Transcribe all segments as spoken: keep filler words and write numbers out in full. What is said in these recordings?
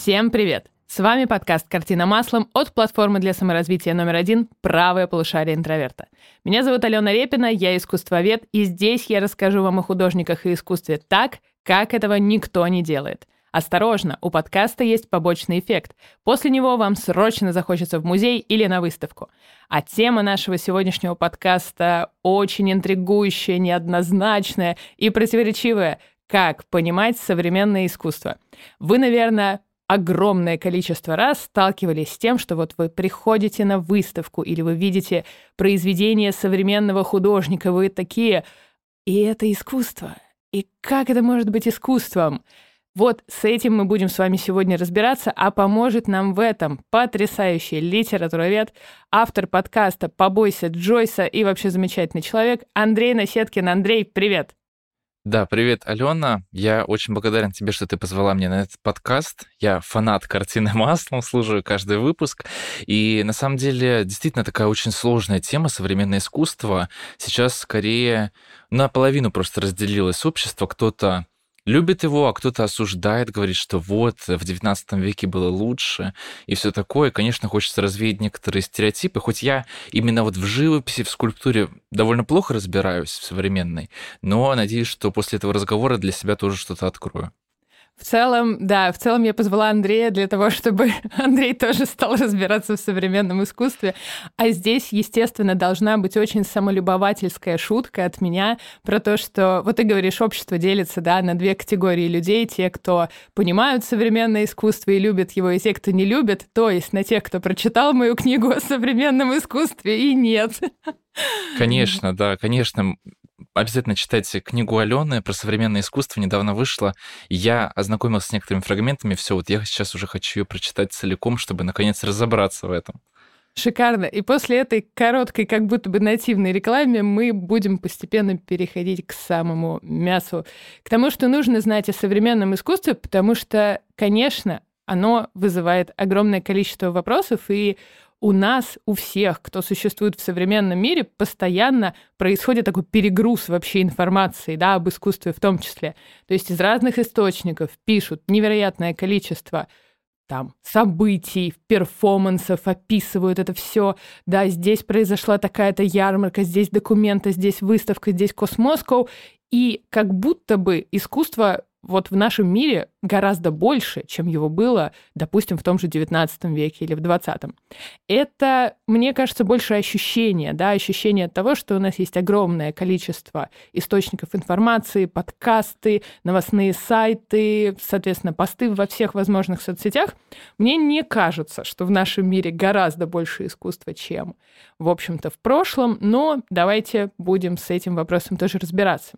Всем привет! С вами подкаст «Картина маслом» от платформы для саморазвития номер один «Правое полушарие интроверта». Меня зовут Алена Репина, я искусствовед, и здесь я расскажу вам о художниках и искусстве так, как этого никто не делает. Осторожно, у подкаста есть побочный эффект. После него вам срочно захочется в музей или на выставку. А тема нашего сегодняшнего подкаста очень интригующая, неоднозначная и противоречивая. Как понимать современное искусство? Вы, наверное, огромное количество раз сталкивались с тем, что вот вы приходите на выставку или вы видите произведение современного художника, вы такие, и это искусство. И как это может быть искусством? Вот с этим мы будем с вами сегодня разбираться, а поможет нам в этом потрясающий литературовед, автор подкаста «Побойся Джойса» и вообще замечательный человек Андрей Насеткин. Андрей, привет! Да, привет, Алена. Я очень благодарен тебе, что ты позвала меня на этот подкаст. Я фанат «Картины маслом», слушаю каждый выпуск. И на самом деле действительно такая очень сложная тема современное искусство. Сейчас скорее наполовину просто разделилось общество. Кто-то любит его, а кто-то осуждает, говорит, что вот, в девятнадцатом веке было лучше и все такое. Конечно, хочется развеять некоторые стереотипы, хоть я именно вот в живописи, в скульптуре довольно плохо разбираюсь в современной, но надеюсь, что после этого разговора для себя тоже что-то открою. В целом, да, в целом я позвала Андрея для того, чтобы Андрей тоже стал разбираться в современном искусстве. А здесь, естественно, должна быть очень самолюбовательская шутка от меня про то, что, вот ты говоришь, общество делится, да, на две категории людей. Те, кто понимают современное искусство и любят его, и те, кто не любит. То есть на тех, кто прочитал мою книгу о современном искусстве, и нет. Конечно, да, конечно. Обязательно читайте книгу Алены про современное искусство, недавно вышла. Я ознакомился с некоторыми фрагментами, все, вот я сейчас уже хочу ее прочитать целиком, чтобы наконец разобраться в этом. Шикарно. И после этой короткой, как будто бы нативной рекламы мы будем постепенно переходить к самому мясу, к тому, что нужно знать о современном искусстве, потому что, конечно, оно вызывает огромное количество вопросов, и у нас, у всех, кто существует в современном мире, постоянно происходит такой перегруз вообще информации, да, об искусстве в том числе. То есть из разных источников пишут невероятное количество там событий, перформансов, описывают это все. Да, здесь произошла такая-то ярмарка, здесь документы, здесь выставка, здесь Космоскоу. И как будто бы искусство вот в нашем мире гораздо больше, чем его было, допустим, в том же девятнадцатом веке или в двадцатом. Это, мне кажется, больше ощущение, да, ощущение того, что у нас есть огромное количество источников информации, подкасты, новостные сайты, соответственно, посты во всех возможных соцсетях. Мне не кажется, что в нашем мире гораздо больше искусства, чем, в общем-то, в прошлом, но давайте будем с этим вопросом тоже разбираться.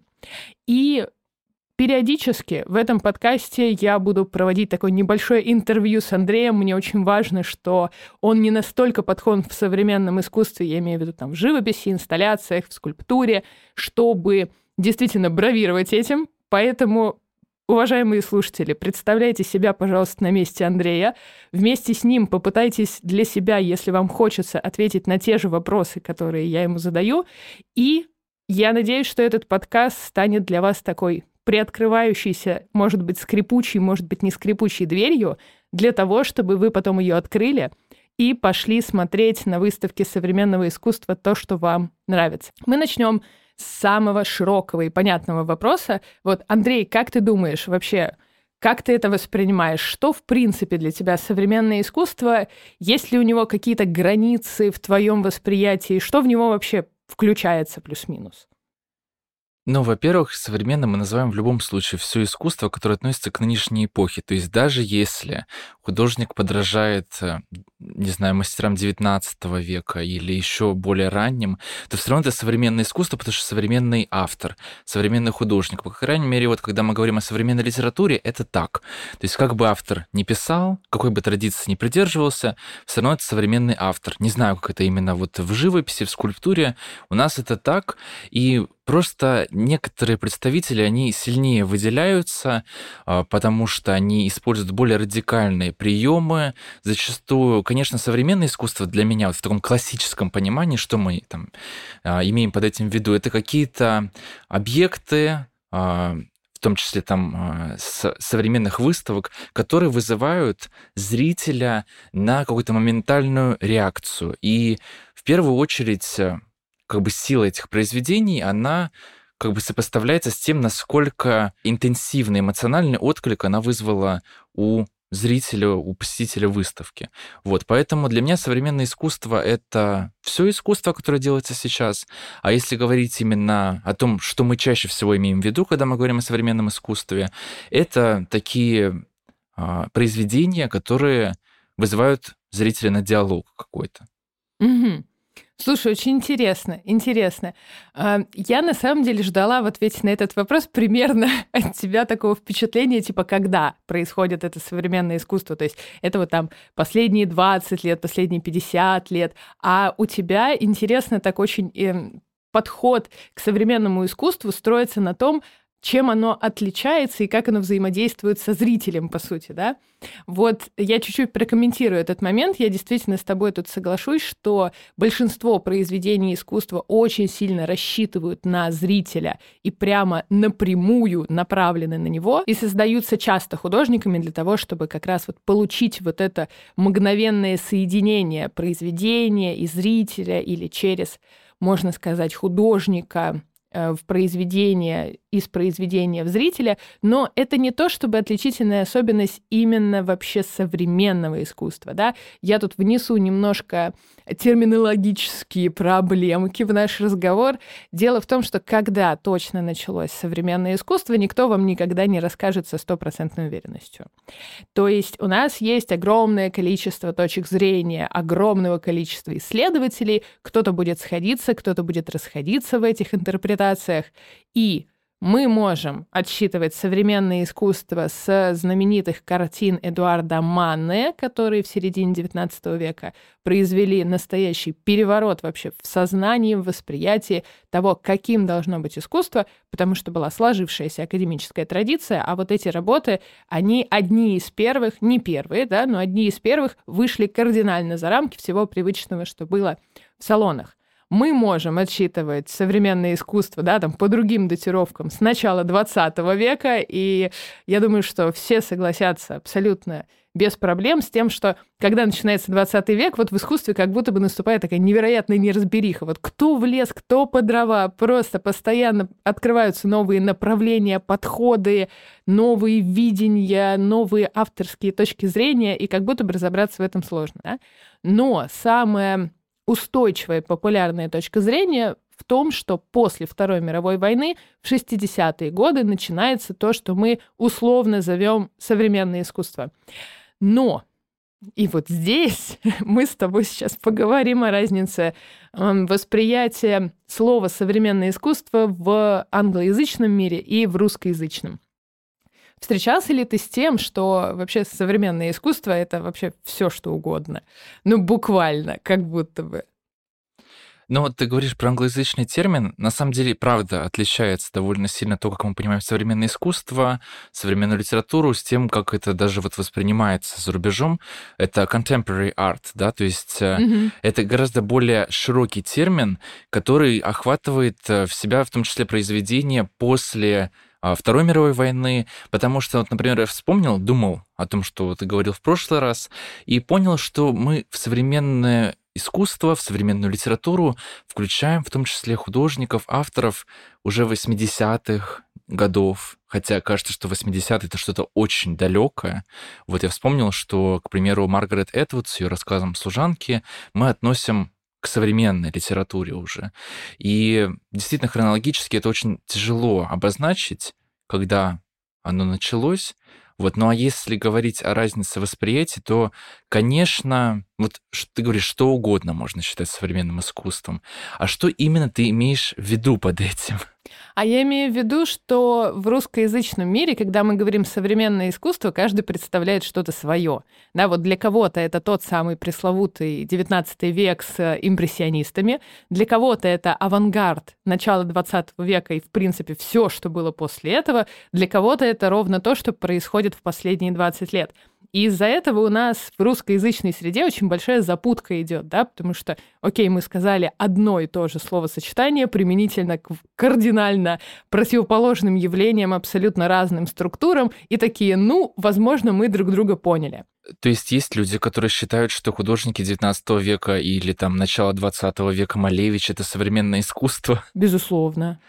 И периодически в этом подкасте я буду проводить такое небольшое интервью с Андреем. Мне очень важно, что он не настолько подкован в современном искусстве, я имею в виду там в живописи, инсталляциях, в скульптуре, чтобы действительно бравировать этим. Поэтому, уважаемые слушатели, представляйте себя, пожалуйста, на месте Андрея. Вместе с ним попытайтесь для себя, если вам хочется, ответить на те же вопросы, которые я ему задаю. И я надеюсь, что этот подкаст станет для вас такой приоткрывающейся, может быть, скрипучей, может быть, не скрипучей дверью, для того, чтобы вы потом ее открыли и пошли смотреть на выставке современного искусства то, что вам нравится. Мы начнем с самого широкого и понятного вопроса. Вот, Андрей, как ты думаешь вообще, как ты это воспринимаешь? Что, в принципе, для тебя современное искусство? Есть ли у него какие-то границы в твоем восприятии? Что в него вообще включается плюс-минус? Ну, во-первых, современно мы называем в любом случае все искусство, которое относится к нынешней эпохе. То есть даже если художник подражает, э, не знаю, мастерам девятнадцатого века или еще более ранним, то все равно это современное искусство, потому что современный автор, современный художник. По крайней мере, вот когда мы говорим о современной литературе, это так. То есть как бы автор ни писал, какой бы традиции ни придерживался, все равно это современный автор. Не знаю, как это именно вот в живописи, в скульптуре. У нас это так, и просто некоторые представители, они сильнее выделяются, потому что они используют более радикальные приемы. Зачастую, конечно, современное искусство для меня вот в таком классическом понимании, что мы там имеем под этим в виду, это какие-то объекты, в в том числе там с современных выставок, которые вызывают зрителя на какую-то моментальную реакцию. И в первую очередь как бы сила этих произведений, она как бы сопоставляется с тем, насколько интенсивный эмоциональный отклик она вызвала у зрителя, у посетителя выставки. Вот, поэтому для меня современное искусство — это все искусство, которое делается сейчас. А если говорить именно о том, что мы чаще всего имеем в виду, когда мы говорим о современном искусстве, это такие а, произведения, которые вызывают зрителя на диалог какой-то. Мгм. Слушай, очень интересно, интересно. А, Я на самом деле ждала в ответе на этот вопрос примерно от тебя такого впечатления, типа, когда происходит это современное искусство. То есть это вот там последние двадцать лет, последние пятьдесят лет. А у тебя, интересно, так очень эм, подход к современному искусству строится на том, чем оно отличается и как оно взаимодействует со зрителем, по сути, да? Вот я чуть-чуть прокомментирую этот момент. Я действительно с тобой тут соглашусь, что большинство произведений искусства очень сильно рассчитывают на зрителя и прямо напрямую направлены на него, и создаются часто художниками для того, чтобы как раз вот получить вот это мгновенное соединение произведения и зрителя или через, можно сказать, художника в произведение, из произведения в зрителя, но это не то, чтобы отличительная особенность именно вообще современного искусства, да. Я тут внесу немножко терминологические проблемки в наш разговор. Дело в том, что когда точно началось современное искусство, никто вам никогда не расскажет со стопроцентной уверенностью. То есть у нас есть огромное количество точек зрения, огромного количества исследователей, кто-то будет сходиться, кто-то будет расходиться в этих интерпретациях, и мы можем отсчитывать современное искусство с знаменитых картин Эдуарда Манне, которые в середине девятнадцатого века произвели настоящий переворот вообще в сознании, в восприятии того, каким должно быть искусство, потому что была сложившаяся академическая традиция, а вот эти работы, они одни из первых, не первые, да, но одни из первых вышли кардинально за рамки всего привычного, что было в салонах. Мы можем отсчитывать современное искусство, да, там, по другим датировкам с начала двадцатого века, и я думаю, что все согласятся абсолютно без проблем с тем, что когда начинается двадцатый век, вот в искусстве как будто бы наступает такая невероятная неразбериха. Вот кто в лес, кто по дрова, просто постоянно открываются новые направления, подходы, новые видения, новые авторские точки зрения, и как будто бы разобраться в этом сложно, да? Но самое устойчивая популярная точка зрения в том, что после Второй мировой войны в шестидесятые годы начинается то, что мы условно зовем современное искусство. Но и вот здесь мы с тобой сейчас поговорим о разнице восприятия слова «современное искусство» в англоязычном мире и в русскоязычном. Встречался ли ты с тем, что вообще современное искусство — это вообще все что угодно? Ну, буквально, как будто бы. Ну, вот ты говоришь про англоязычный термин. На самом деле, правда, отличается довольно сильно то, как мы понимаем современное искусство, современную литературу, с тем, как это даже вот воспринимается за рубежом. Это contemporary art, да, то есть mm-hmm. это гораздо более широкий термин, который охватывает в себя в том числе произведения после Второй мировой войны, потому что, вот, например, я вспомнил, думал о том, что ты говорил в прошлый раз, и понял, что мы в современное искусство, в современную литературу включаем в том числе художников, авторов уже восьмидесятых годов, хотя кажется, что восьмидесятые — это что-то очень далекое. Вот я вспомнил, что, к примеру, Маргарет Этвуд с ее рассказом «Служанки» мы относим к современной литературе уже. И действительно, хронологически это очень тяжело обозначить, когда оно началось. Вот. Ну а если говорить о разнице восприятия, то, конечно, вот ты говоришь, что угодно можно считать современным искусством. А что именно ты имеешь в виду под этим? А я имею в виду, что в русскоязычном мире, когда мы говорим «современное искусство», каждый представляет что-то свое. Да, вот для кого-то это тот самый пресловутый девятнадцатый век с импрессионистами, для кого-то это авангард начала двадцатого века и, в принципе, все, что было после этого, для кого-то это ровно то, что происходит в последние двадцать лет. И из-за этого у нас в русскоязычной среде очень большая запутка идет, да, потому что, окей, мы сказали одно и то же словосочетание применительно к кардинально противоположным явлениям, абсолютно разным структурам, и такие, ну, возможно, мы друг друга поняли. То есть есть люди, которые считают, что художники девятнадцатого века или там начала двадцатого века Малевич — это современное искусство? Безусловно.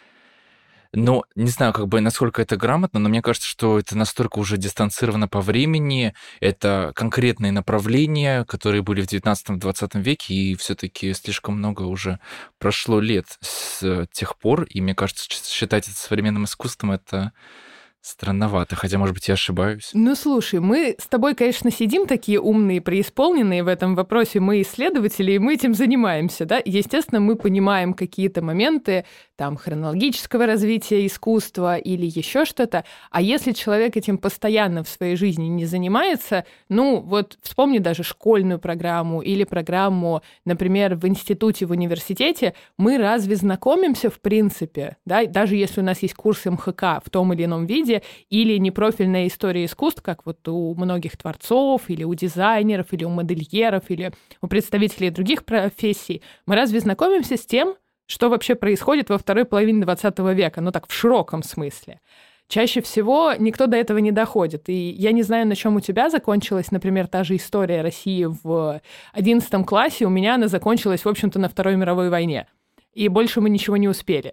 Ну, не знаю, как бы, насколько это грамотно, но мне кажется, что это настолько уже дистанцировано по времени, это конкретные направления, которые были в девятнадцатом-двадцатом веке, и все-таки слишком много уже прошло лет с тех пор, и мне кажется, считать это современным искусством — это странновато, хотя, может быть, я ошибаюсь. Ну, слушай, мы с тобой, конечно, сидим такие умные, преисполненные в этом вопросе, мы исследователи, и мы этим занимаемся, да? Естественно, мы понимаем какие-то моменты, там, хронологического развития искусства или еще что-то, а если человек этим постоянно в своей жизни не занимается, ну, вот вспомни даже школьную программу или программу, например, в институте, в университете, мы разве знакомимся в принципе, да, даже если у нас есть курс эм ха ка в том или ином виде, или непрофильная история искусств, как вот у многих творцов, или у дизайнеров, или у модельеров, или у представителей других профессий, мы разве знакомимся с тем, что вообще происходит во второй половине двадцатого века, ну так в широком смысле? Чаще всего никто до этого не доходит. И я не знаю, на чем у тебя закончилась, например, та же история России в одиннадцатом классе. У меня она закончилась, в общем-то, на Второй мировой войне. И больше мы ничего не успели.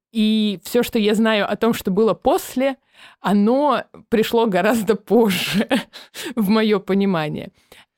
И все, что я знаю о том, что было после, оно пришло гораздо позже, в мое понимание.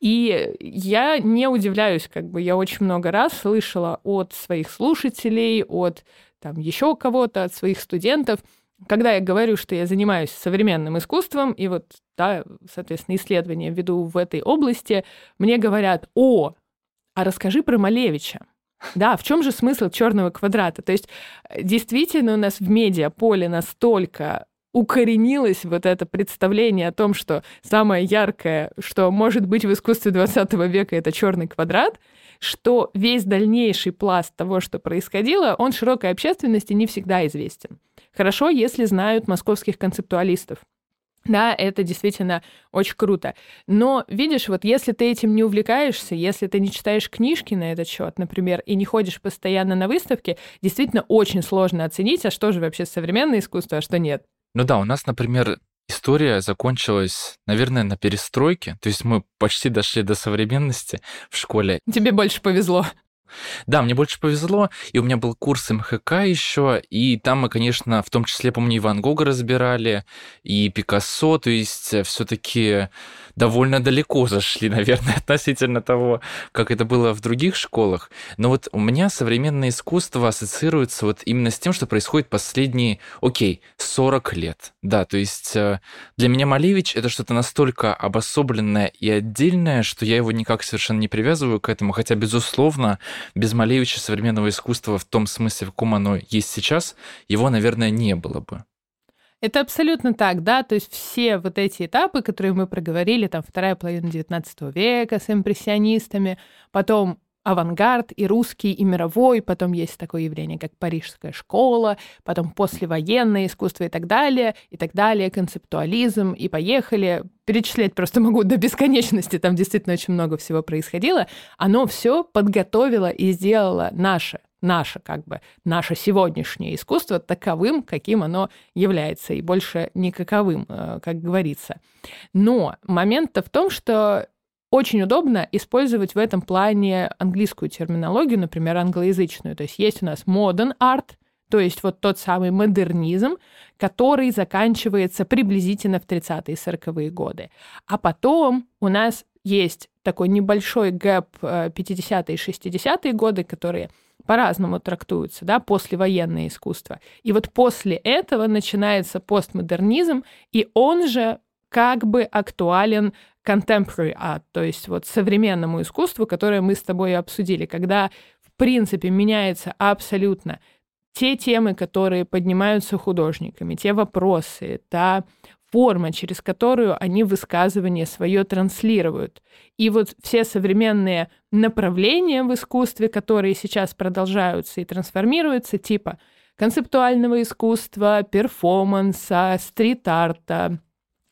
И я не удивляюсь, как бы я очень много раз слышала от своих слушателей, от там еще кого-то, от своих студентов, когда я говорю, что я занимаюсь современным искусством, и вот, да, соответственно, исследования веду в этой области, мне говорят: о, а расскажи про Малевича. Да, в чем же смысл черного квадрата? То есть действительно у нас в медиаполе настолько укоренилось вот это представление о том, что самое яркое, что может быть в искусстве двадцатого века, это черный квадрат, что весь дальнейший пласт того, что происходило, он широкой общественности не всегда известен. Хорошо, если знают московских концептуалистов. Да, это действительно очень круто. Но, видишь, вот если ты этим не увлекаешься, если ты не читаешь книжки на этот счет, например, и не ходишь постоянно на выставки, действительно очень сложно оценить, а что же вообще современное искусство, а что нет. Ну да, у нас, например, история закончилась, наверное, на перестройке, то есть мы почти дошли до современности в школе. Тебе больше повезло. Да, мне больше повезло, и у меня был курс эм ха ка еще, и там мы, конечно, в том числе, помню, и Ван Гога разбирали, и Пикассо, то есть все-таки довольно далеко зашли, наверное, относительно того, как это было в других школах. Но вот у меня современное искусство ассоциируется вот именно с тем, что происходит последние, окей, сорок лет. Да, то есть для меня Малевич — это что-то настолько обособленное и отдельное, что я его никак совершенно не привязываю к этому, хотя, безусловно, без Малевича современного искусства в том смысле, в каком оно есть сейчас, его, наверное, не было бы. Это абсолютно так, да, то есть все вот эти этапы, которые мы проговорили, там вторая половина девятнадцатого века с импрессионистами, потом авангард и русский, и мировой, потом есть такое явление, как Парижская школа, потом послевоенное искусство и так далее, и так далее, концептуализм, и поехали. Перечислять просто могу до бесконечности, там действительно очень много всего происходило. Оно все подготовило и сделало наше, наше как бы, наше сегодняшнее искусство таковым, каким оно является, и больше никаковым, как говорится. Но момент-то в том, что очень удобно использовать в этом плане английскую терминологию, например, англоязычную. То есть есть у нас modern art, то есть вот тот самый модернизм, который заканчивается приблизительно в тридцатые и сороковые годы. А потом у нас есть такой небольшой гэп пятидесятые и шестидесятые годы, которые по-разному трактуются, да, послевоенное искусство. И вот после этого начинается постмодернизм, и он же как бы актуален contemporary art, то есть вот современному искусству, которое мы с тобой обсудили, когда, в принципе, меняется абсолютно те темы, которые поднимаются художниками, те вопросы, та форма, через которую они высказывание свое транслируют. И вот все современные направления в искусстве, которые сейчас продолжаются и трансформируются, типа концептуального искусства, перформанса, стрит-арта,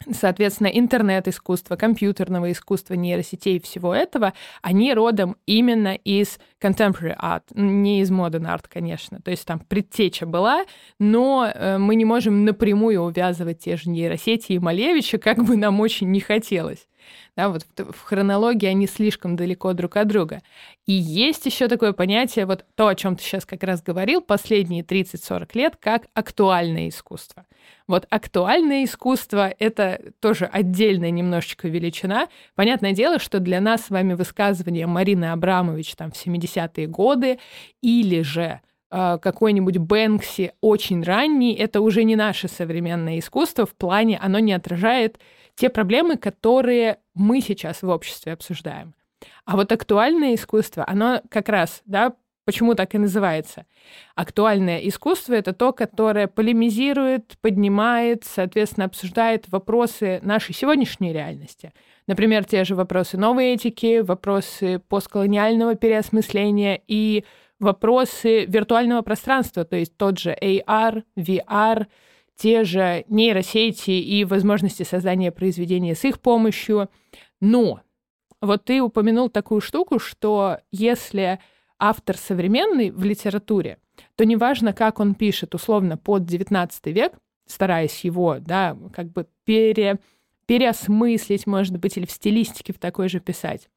соответственно, интернет-искусства, компьютерного искусства, нейросетей и всего этого, они родом именно из contemporary art, не из modern art, конечно. То есть там предтеча была, но мы не можем напрямую увязывать те же нейросети и Малевича, как бы нам очень не хотелось. Да, вот в хронологии они слишком далеко друг от друга. И есть еще такое понятие, вот то, о чем ты сейчас как раз говорил, последние тридцать-сорок лет, как актуальное искусство. Вот актуальное искусство — это тоже отдельная немножечко величина. Понятное дело, что для нас с вами высказывание Марины Абрамович там в семидесятые годы или же э, какой-нибудь Бэнкси очень ранний, это уже не наше современное искусство в плане, оно не отражает те проблемы, которые мы сейчас в обществе обсуждаем. А вот актуальное искусство, оно как раз, да, почему так и называется? Актуальное искусство — это то, которое полемизирует, поднимает, соответственно, обсуждает вопросы нашей сегодняшней реальности. Например, те же вопросы новой этики, вопросы постколониального переосмысления и вопросы виртуального пространства, то есть тот же эй ар, ви ар, те же нейросети и возможности создания произведения с их помощью. Но вот ты упомянул такую штуку, что если автор современный в литературе, то неважно, как он пишет, условно, под девятнадцатый век, стараясь его, да, как бы пере, переосмыслить, может быть, или в стилистике в такой же писать,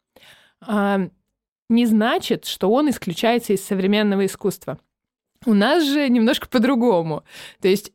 не значит, что он исключается из современного искусства. У нас же немножко по-другому. То есть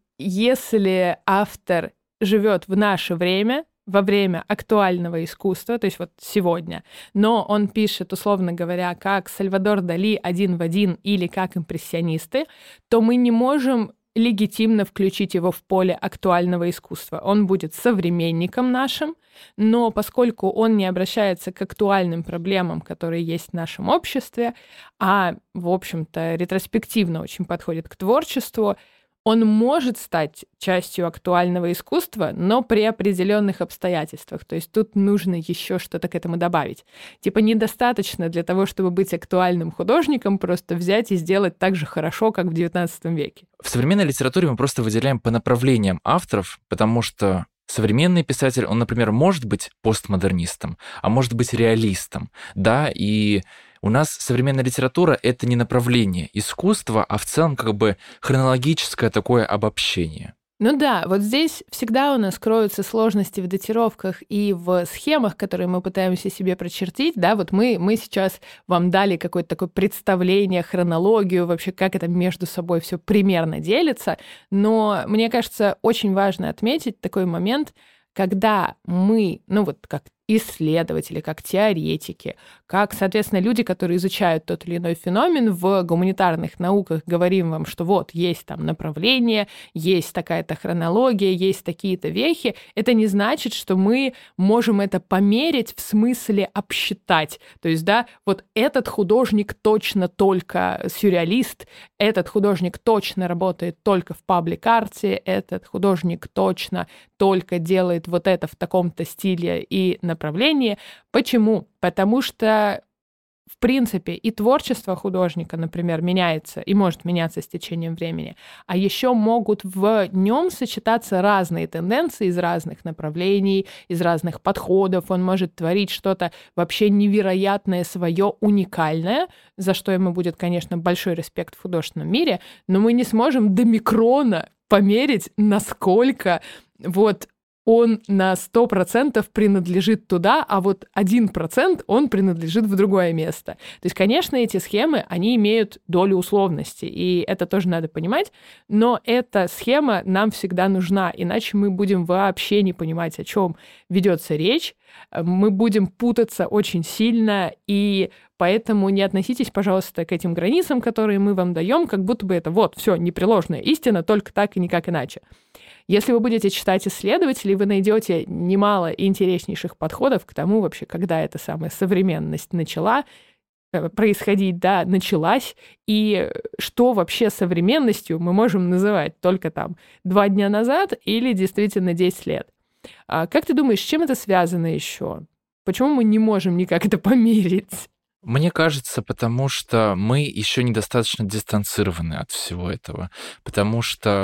если автор живет в наше время, во время актуального искусства, то есть вот сегодня, но он пишет, условно говоря, как Сальвадор Дали один в один или как импрессионисты, то мы не можем легитимно включить его в поле актуального искусства. Он будет современником нашим, но поскольку он не обращается к актуальным проблемам, которые есть в нашем обществе, а, в общем-то, ретроспективно очень подходит к творчеству, он может стать частью актуального искусства, но при определенных обстоятельствах. То есть тут нужно еще что-то к этому добавить. Типа недостаточно для того, чтобы быть актуальным художником, просто взять и сделать так же хорошо, как в девятнадцатом веке. В современной литературе мы просто выделяем по направлениям авторов, потому что современный писатель, он, например, может быть постмодернистом, а может быть реалистом, да, и у нас современная литература — это не направление искусства, а в целом как бы хронологическое такое обобщение. Ну да, вот здесь всегда у нас кроются сложности в датировках и в схемах, которые мы пытаемся себе прочертить, да, вот мы, мы сейчас вам дали какое-то такое представление, хронологию, вообще как это между собой все примерно делится, но мне кажется, очень важно отметить такой момент, когда мы, ну вот как исследователи, как теоретики, как, соответственно, люди, которые изучают тот или иной феномен в гуманитарных науках, говорим вам, что вот есть там направление, есть такая-то хронология, есть такие-то вехи, это не значит, что мы можем это померить в смысле обсчитать. То есть, да, вот этот художник точно только сюрреалист, этот художник точно работает только в паблик-арте, этот художник точно только делает вот это в таком-то стиле и направлении. Почему? Потому что, в принципе, и творчество художника, например, меняется и может меняться с течением времени, а еще могут в нем сочетаться разные тенденции из разных направлений, из разных подходов. Он может творить что-то вообще невероятное, свое, уникальное, за что ему будет, конечно, большой респект в художественном мире, но мы не сможем до микрона померить, насколько вот он на сто процентов принадлежит туда, а вот один процент он принадлежит в другое место. То есть, конечно, эти схемы, они имеют долю условности, и это тоже надо понимать, но эта схема нам всегда нужна, иначе мы будем вообще не понимать, о чем ведется речь, мы будем путаться очень сильно, и поэтому не относитесь, пожалуйста, к этим границам, которые мы вам даем, как будто бы это вот, все, непреложная истина, только так и никак иначе. Если вы будете читать исследователей, вы найдете немало интереснейших подходов к тому вообще, когда эта самая современность начала происходить, да, началась, и что вообще современностью мы можем называть только там два дня назад или действительно десять лет. А как ты думаешь, с чем это связано еще? Почему мы не можем никак это померить? Мне кажется, потому что мы еще недостаточно дистанцированы от всего этого, потому что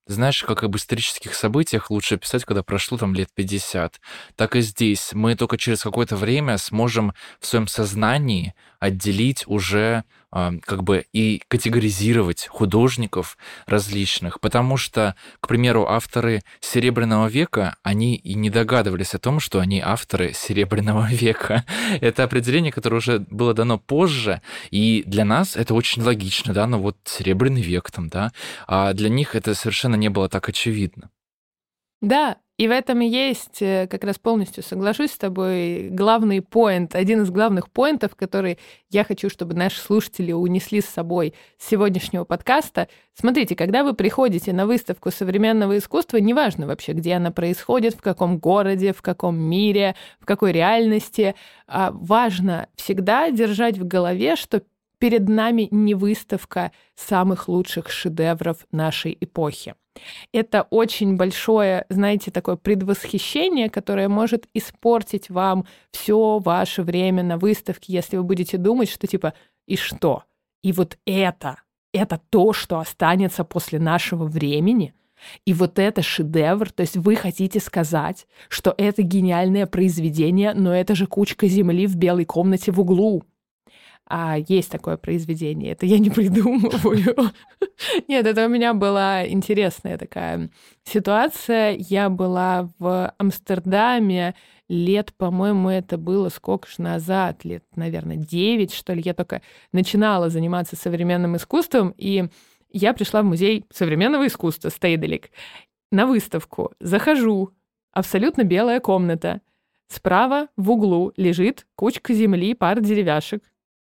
знаешь, как об исторических событиях лучше писать, когда прошло там лет пятьдесят, так и здесь. Мы только через какое-то время сможем в своем сознании отделить уже а, как бы и категоризировать художников различных, потому что, к примеру, авторы Серебряного века, они и не догадывались о том, что они авторы Серебряного века. Это определение, которое уже было дано позже, и для нас это очень логично, да, ну вот Серебряный век там, да, а для них это совершенно не было так очевидно. Да, и в этом и есть, э, как раз полностью соглашусь с тобой, главный поинт, один из главных поинтов, который я хочу, чтобы наши слушатели унесли с собой с сегодняшнего подкаста. Смотрите, когда вы приходите на выставку современного искусства, неважно вообще, где она происходит, в каком городе, в каком мире, в какой реальности, а важно всегда держать в голове, что перед нами не выставка самых лучших шедевров нашей эпохи. Это очень большое, знаете, такое предвосхищение, которое может испортить вам все ваше время на выставке, если вы будете думать, что типа «и что? И вот это, это то, что останется после нашего времени?» И вот это шедевр, то есть вы хотите сказать, что это гениальное произведение, но это же кучка земли в белой комнате в углу. А есть такое произведение, это я не придумываю. Нет, это у меня была интересная такая ситуация. Я была в Амстердаме лет, по-моему, это было сколько ж назад, лет, наверное, девять, что ли. Я только начинала заниматься современным искусством, и я пришла в музей современного искусства Стейделик на выставку. Захожу, абсолютно белая комната. Справа в углу лежит кучка земли, пара деревяшек.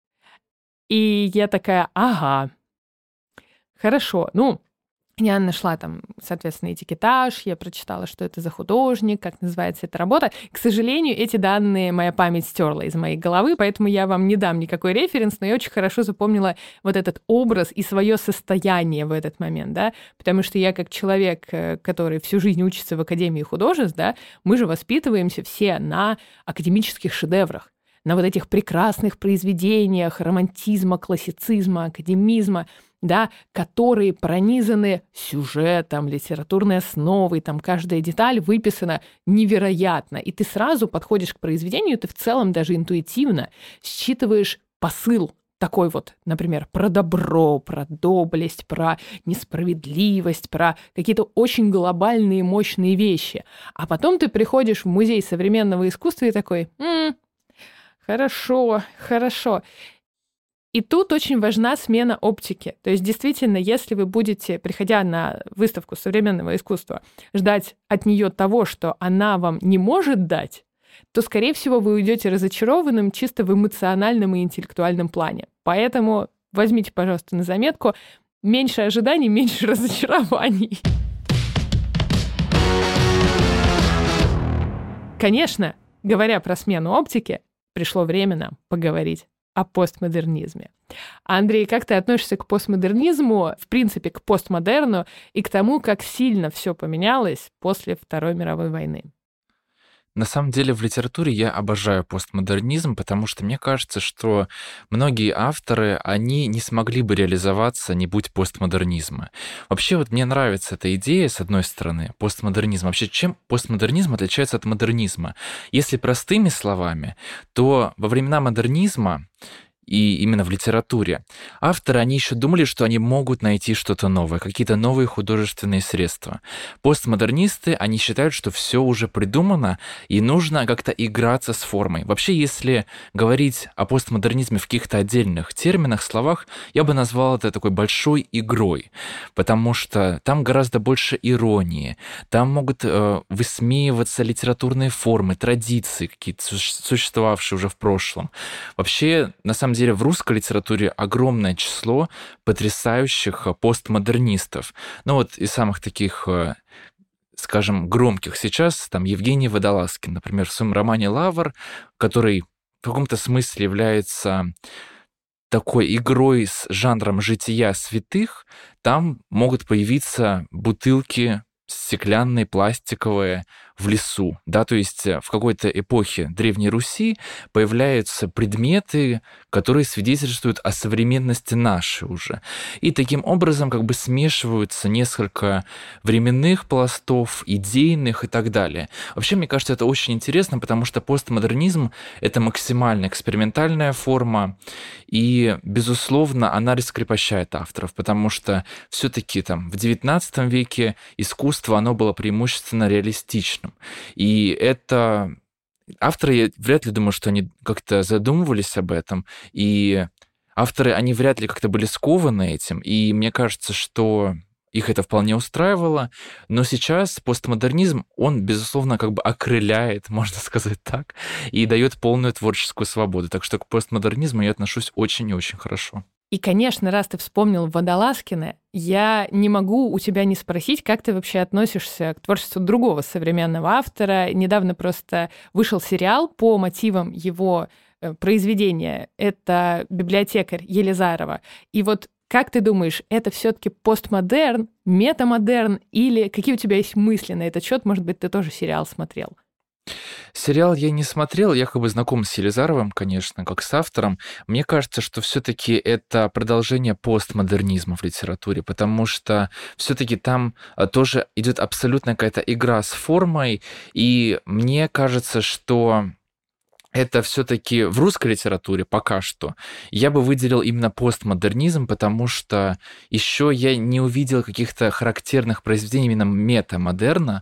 И я такая, ага, хорошо. Ну, я нашла там, соответственно, этикетаж, я прочитала, что это за художник, как называется эта работа. К сожалению, эти данные моя память стерла из моей головы, поэтому я вам не дам никакой референс, но я очень хорошо запомнила вот этот образ и свое состояние в этот момент, да, потому что я как человек, который всю жизнь учится в Академии художеств, да, мы же воспитываемся все на академических шедеврах, на вот этих прекрасных произведениях романтизма, классицизма, академизма, да, которые пронизаны сюжетом, литературной основой, там каждая деталь выписана невероятно. И ты сразу подходишь к произведению, ты в целом даже интуитивно считываешь посыл такой вот, например, про добро, про доблесть, про несправедливость, про какие-то очень глобальные, мощные вещи. А потом ты приходишь в музей современного искусства и такой... М-м, Хорошо, хорошо. И тут очень важна смена оптики. То есть, действительно, если вы будете, приходя на выставку современного искусства, ждать от нее того, что она вам не может дать, то, скорее всего, вы уйдете разочарованным чисто в эмоциональном и интеллектуальном плане. Поэтому возьмите, пожалуйста, на заметку: меньше ожиданий, меньше разочарований. Конечно, говоря про смену оптики, пришло время нам поговорить о постмодернизме. Андрей, как ты относишься к постмодернизму, в принципе, к постмодерну и к тому, как сильно все поменялось после Второй мировой войны? На самом деле в литературе я обожаю постмодернизм, потому что мне кажется, что многие авторы, они не смогли бы реализоваться, не будь постмодернизма. Вообще вот мне нравится эта идея, с одной стороны, постмодернизм. Вообще, чем постмодернизм отличается от модернизма? Если простыми словами, то во времена модернизма и именно в литературе, авторы, они еще думали, что они могут найти что-то новое, какие-то новые художественные средства. Постмодернисты, они считают, что все уже придумано, и нужно как-то играться с формой. Вообще, если говорить о постмодернизме в каких-то отдельных терминах, словах, я бы назвал это такой большой игрой, потому что там гораздо больше иронии, там могут э, высмеиваться литературные формы, традиции, какие-то существовавшие уже в прошлом. Вообще, на самом деле, в русской литературе огромное число потрясающих постмодернистов. Ну вот из самых таких, скажем, громких сейчас, там Евгений Водолазкин, например, в своем романе «Лавр», который в каком-то смысле является такой игрой с жанром жития святых, там могут появиться бутылки стеклянные, пластиковые в лесу, да, то есть в какой-то эпохе Древней Руси появляются предметы, которые свидетельствуют о современности нашей уже. И таким образом как бы смешиваются несколько временных пластов, идейных и так далее. Вообще, мне кажется, это очень интересно, потому что постмодернизм — это максимально экспериментальная форма, и, безусловно, она раскрепощает авторов, потому что все-таки там в девятнадцатом веке искусство, оно было преимущественно реалистичным. И это авторы, я вряд ли думаю, что они как-то задумывались об этом, и авторы, они вряд ли как-то были скованы этим, и мне кажется, что их это вполне устраивало, но сейчас постмодернизм, он, безусловно, как бы окрыляет, можно сказать так, и дает полную творческую свободу. Так что к постмодернизму я отношусь очень и очень хорошо. И, конечно, раз ты вспомнил Водолазкина, я не могу у тебя не спросить, как ты вообще относишься к творчеству другого современного автора. Недавно просто вышел сериал по мотивам его произведения. Это «Библиотекарь» Елизарова. И вот как ты думаешь, это все-таки постмодерн, метамодерн, или какие у тебя есть мысли на этот счет? Может быть, ты тоже сериал смотрел? Сериал я не смотрел, я как бы знаком с Елизаровым, конечно, как с автором. Мне кажется, что все-таки это продолжение постмодернизма в литературе, потому что все-таки там тоже идет абсолютно какая-то игра с формой, и мне кажется, что это все-таки в русской литературе пока что я бы выделил именно постмодернизм, потому что еще я не увидел каких-то характерных произведений именно метамодерна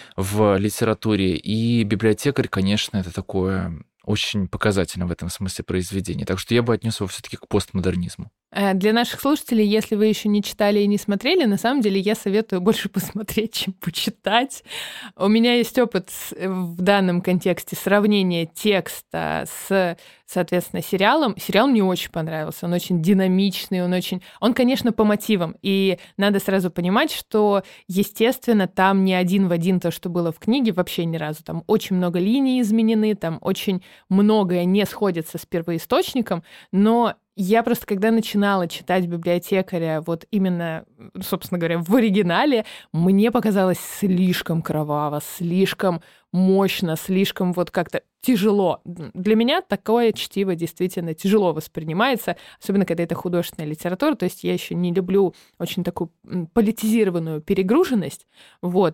в литературе, и «Библиотекарь», конечно, это такое очень показательно в этом смысле произведение. Так что я бы отнес его все-таки к постмодернизму. Для наших слушателей, если вы еще не читали и не смотрели, на самом деле я советую больше посмотреть, чем почитать. У меня есть опыт в данном контексте сравнения текста с, соответственно, сериалом. Сериал мне очень понравился, он очень динамичный, он очень... Он, конечно, по мотивам, и надо сразу понимать, что, естественно, там не один в один то, что было в книге, вообще ни разу. Там очень много линий изменены, там очень многое не сходится с первоисточником, но я просто, когда начинала читать «Библиотекаря», вот именно, собственно говоря, в оригинале, мне показалось слишком кроваво, слишком мощно, слишком вот как-то тяжело. Для меня такое чтиво действительно тяжело воспринимается, особенно когда это художественная литература, то есть я еще не люблю очень такую политизированную перегруженность, вот,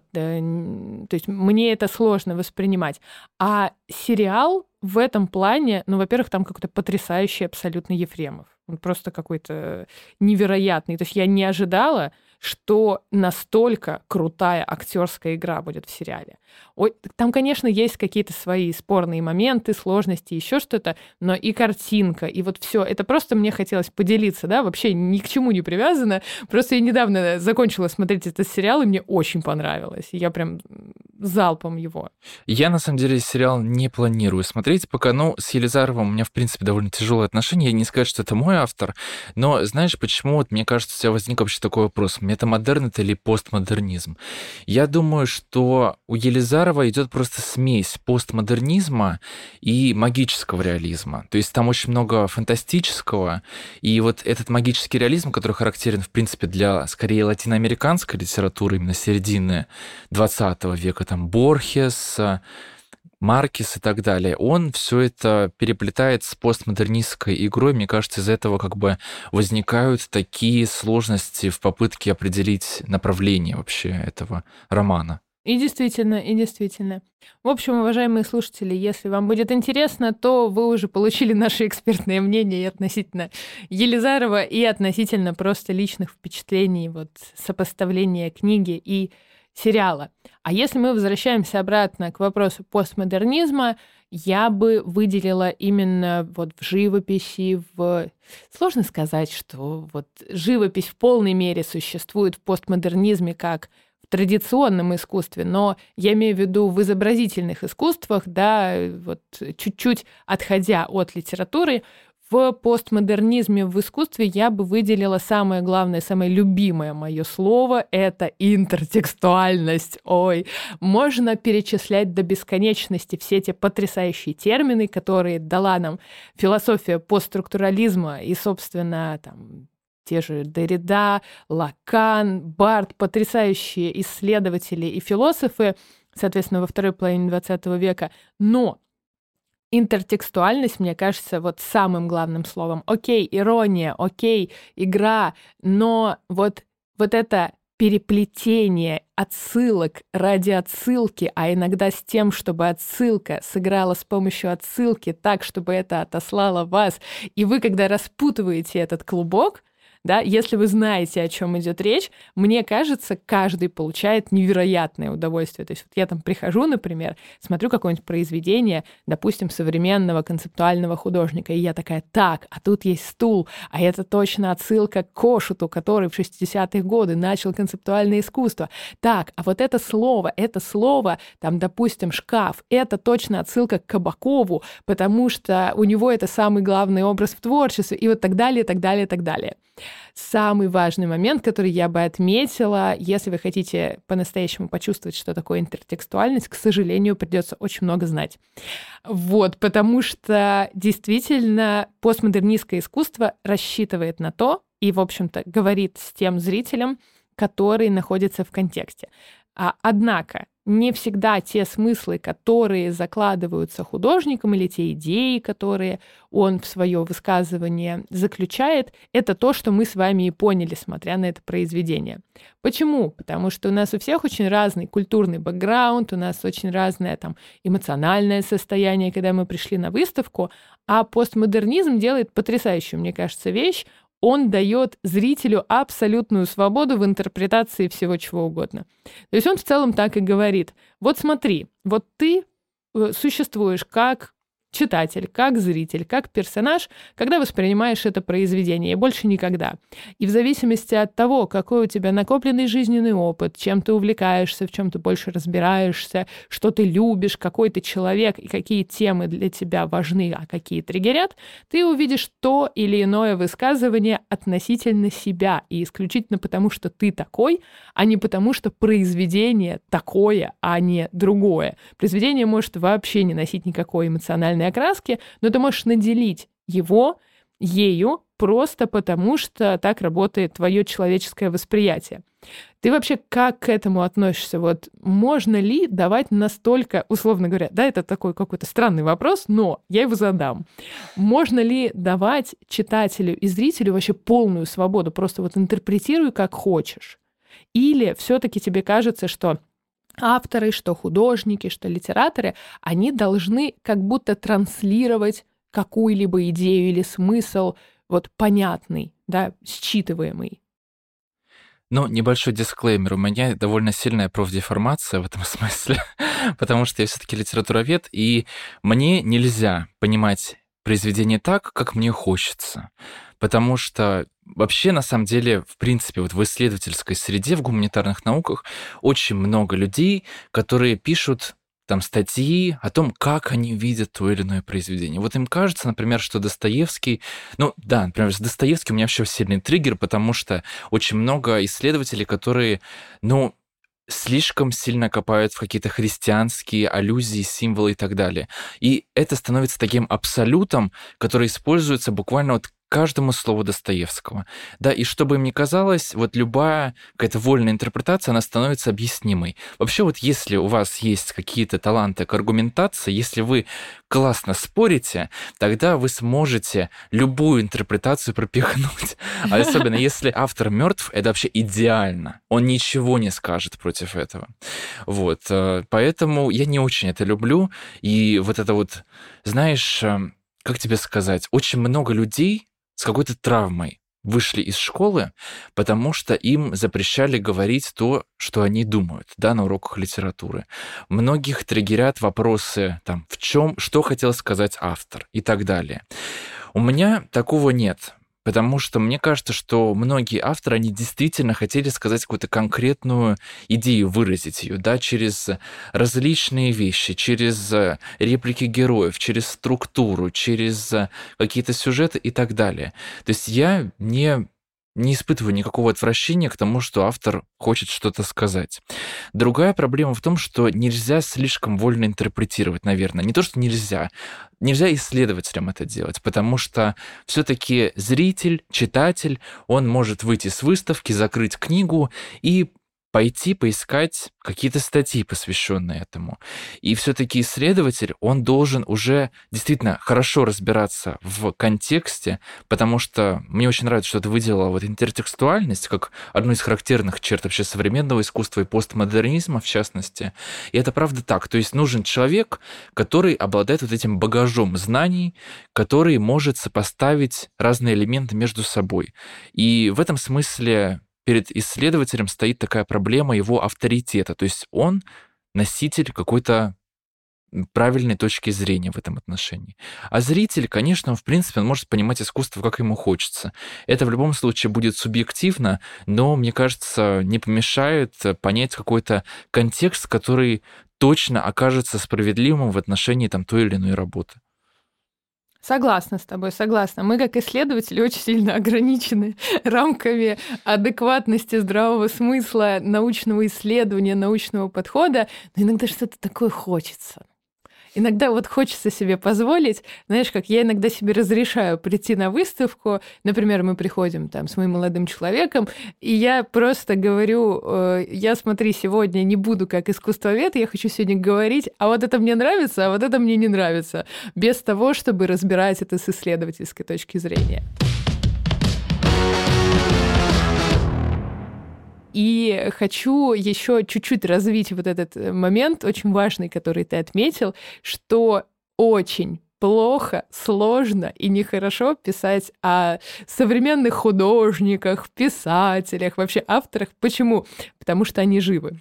то есть мне это сложно воспринимать. А сериал в этом плане, ну, во-первых, там какой-то потрясающий абсолютно Ефремов. Он просто какой-то невероятный. То есть я не ожидала, что настолько крутая актерская игра будет в сериале. Ой, там, конечно, есть какие-то свои спорные моменты, сложности, еще что-то, но и картинка, и вот все. Это просто мне хотелось поделиться, да, вообще ни к чему не привязано. Просто я недавно закончила смотреть этот сериал, и мне очень понравилось. И я прям залпом его. Я, на самом деле, сериал не планирую смотреть пока. Ну, с Елизаровым у меня, в принципе, довольно тяжелые отношения. Я не скажу, что это мой автор, но знаешь, почему, вот, мне кажется, у тебя возник вообще такой вопрос. Метамодерн это или постмодернизм? Я думаю, что у Елизарова идет просто смесь постмодернизма и магического реализма. То есть там очень много фантастического, и вот этот магический реализм, который характерен, в принципе, для, скорее, латиноамериканской литературы, именно середины двадцатого века, там, Борхес, Маркес и так далее, он все это переплетает с постмодернистской игрой. Мне кажется, из-за этого как бы возникают такие сложности в попытке определить направление вообще этого романа. И действительно, и действительно. В общем, уважаемые слушатели, если вам будет интересно, то вы уже получили наше экспертное мнение и относительно Елизарова, и относительно просто личных впечатлений, вот сопоставления книги и сериала. А если мы возвращаемся обратно к вопросу постмодернизма, я бы выделила именно вот в живописи, в... Сложно сказать, что вот живопись в полной мере существует в постмодернизме как в традиционном искусстве, но я имею в виду в изобразительных искусствах, да, вот чуть-чуть отходя от литературы, в постмодернизме в искусстве я бы выделила самое главное, самое любимое мое слово — это интертекстуальность. Ой, можно перечислять до бесконечности все те потрясающие термины, которые дала нам философия постструктурализма и, собственно, там, те же Derrida, Лакан, Барт, потрясающие исследователи и философы, соответственно, во второй половине двадцатого века. Но интертекстуальность, мне кажется, вот самым главным словом. Окей, ирония, окей, игра, но вот, вот это переплетение отсылок ради отсылки, а иногда с тем, чтобы отсылка сыграла с помощью отсылки так, чтобы это отослало вас, и вы, когда распутываете этот клубок, да, если вы знаете, о чем идет речь, мне кажется, каждый получает невероятное удовольствие. То есть вот я там прихожу, например, смотрю какое-нибудь произведение, допустим, современного концептуального художника, и я такая: так, а тут есть стул, а это точно отсылка к Кошуту, который в шестидесятые годы начал концептуальное искусство. Так, а вот это слово, это слово, там, допустим, шкаф, это точно отсылка к Кабакову, потому что у него это самый главный образ в творчестве, и вот так далее, так далее, так далее. Самый важный момент, который я бы отметила, если вы хотите по-настоящему почувствовать, что такое интертекстуальность, к сожалению, придется очень много знать. Вот, потому что действительно постмодернистское искусство рассчитывает на то и, в общем-то, говорит с тем зрителем, который находится в контексте. А, однако, не всегда те смыслы, которые закладываются художником, или те идеи, которые он в свое высказывание заключает, это то, что мы с вами и поняли, смотря на это произведение. Почему? Потому что у нас у всех очень разный культурный бэкграунд, у нас очень разное там эмоциональное состояние, когда мы пришли на выставку, а постмодернизм делает потрясающую, мне кажется, вещь. Он дает зрителю абсолютную свободу в интерпретации всего чего угодно. То есть он в целом так и говорит: вот смотри, вот ты существуешь как читатель, как зритель, как персонаж, когда воспринимаешь это произведение, и больше никогда. И в зависимости от того, какой у тебя накопленный жизненный опыт, чем ты увлекаешься, в чем ты больше разбираешься, что ты любишь, какой ты человек и какие темы для тебя важны, а какие триггерят, ты увидишь то или иное высказывание относительно себя, и исключительно потому, что ты такой, а не потому, что произведение такое, а не другое. Произведение может вообще не носить никакой эмоциональной окраски, но ты можешь наделить его, ею, просто потому, что так работает твое человеческое восприятие. Ты вообще как к этому относишься? Вот можно ли давать настолько, условно говоря, да, это такой какой-то странный вопрос, но я его задам. Можно ли давать читателю и зрителю вообще полную свободу? Просто вот интерпретируй как хочешь. Или все-таки тебе кажется, что авторы, что художники, что литераторы, они должны как будто транслировать какую-либо идею или смысл вот понятный, да, считываемый? Ну, небольшой дисклеймер. У меня довольно сильная профдеформация в этом смысле, потому что я все-таки литературовед, и мне нельзя понимать произведение так, как мне хочется. Потому что вообще, на самом деле, в принципе, вот в исследовательской среде, в гуманитарных науках очень много людей, которые пишут там статьи о том, как они видят то или иное произведение. Вот им кажется, например, что Достоевский... Ну да, например, с Достоевским у меня вообще сильный триггер, потому что очень много исследователей, которые, ну, слишком сильно копают в какие-то христианские аллюзии, символы и так далее. И это становится таким абсолютом, который используется буквально вот каждому слову Достоевского. Да, и чтобы им не казалось, вот любая какая-то вольная интерпретация, она становится объяснимой. Вообще вот если у вас есть какие-то таланты к аргументации, если вы классно спорите, тогда вы сможете любую интерпретацию пропихнуть. А особенно если автор мертв, это вообще идеально. Он ничего не скажет против этого. Вот. Поэтому я не очень это люблю. И вот это вот, знаешь, как тебе сказать, очень много людей с какой-то травмой вышли из школы, потому что им запрещали говорить то, что они думают, да, на уроках литературы. Многих триггерят вопросы, там, в чем, что хотел сказать автор и так далее. У меня такого нет. Потому что мне кажется, что многие авторы, они действительно хотели сказать какую-то конкретную идею, выразить ее, да, через различные вещи, через реплики героев, через структуру, через какие-то сюжеты и так далее. То есть я не не испытываю никакого отвращения к тому, что автор хочет что-то сказать. Другая проблема в том, что нельзя слишком вольно интерпретировать, наверное. Не то, что нельзя. Нельзя исследователям это делать, потому что все-таки зритель, читатель, он может выйти с выставки, закрыть книгу и пойти поискать какие-то статьи, посвященные этому. И все-таки исследователь, он должен уже действительно хорошо разбираться в контексте, потому что мне очень нравится, что ты выделила вот интертекстуальность как одну из характерных черт вообще современного искусства и постмодернизма, в частности. И это правда так. То есть нужен человек, который обладает вот этим багажом знаний, который может сопоставить разные элементы между собой. И в этом смысле перед исследователем стоит такая проблема его авторитета. То есть он носитель какой-то правильной точки зрения в этом отношении. А зритель, конечно, он, в принципе, он может понимать искусство, как ему хочется. Это в любом случае будет субъективно, но, мне кажется, не помешает понять какой-то контекст, который точно окажется справедливым в отношении там, той или иной работы. Согласна с тобой, согласна. Мы, как исследователи, очень сильно ограничены рамками адекватности, здравого смысла, научного исследования, научного подхода, но иногда что-то такое хочется. Иногда вот хочется себе позволить, знаешь, как я иногда себе разрешаю прийти на выставку, например, мы приходим там с моим молодым человеком, и я просто говорю, э, я, смотри, сегодня не буду как искусствовед, я хочу сегодня говорить, а вот это мне нравится, а вот это мне не нравится, без того, чтобы разбирать это с исследовательской точки зрения. И хочу еще чуть-чуть развить вот этот момент, очень важный, который ты отметил, что очень плохо, сложно и нехорошо писать о современных художниках, писателях, вообще авторах. Почему? Потому что они живы.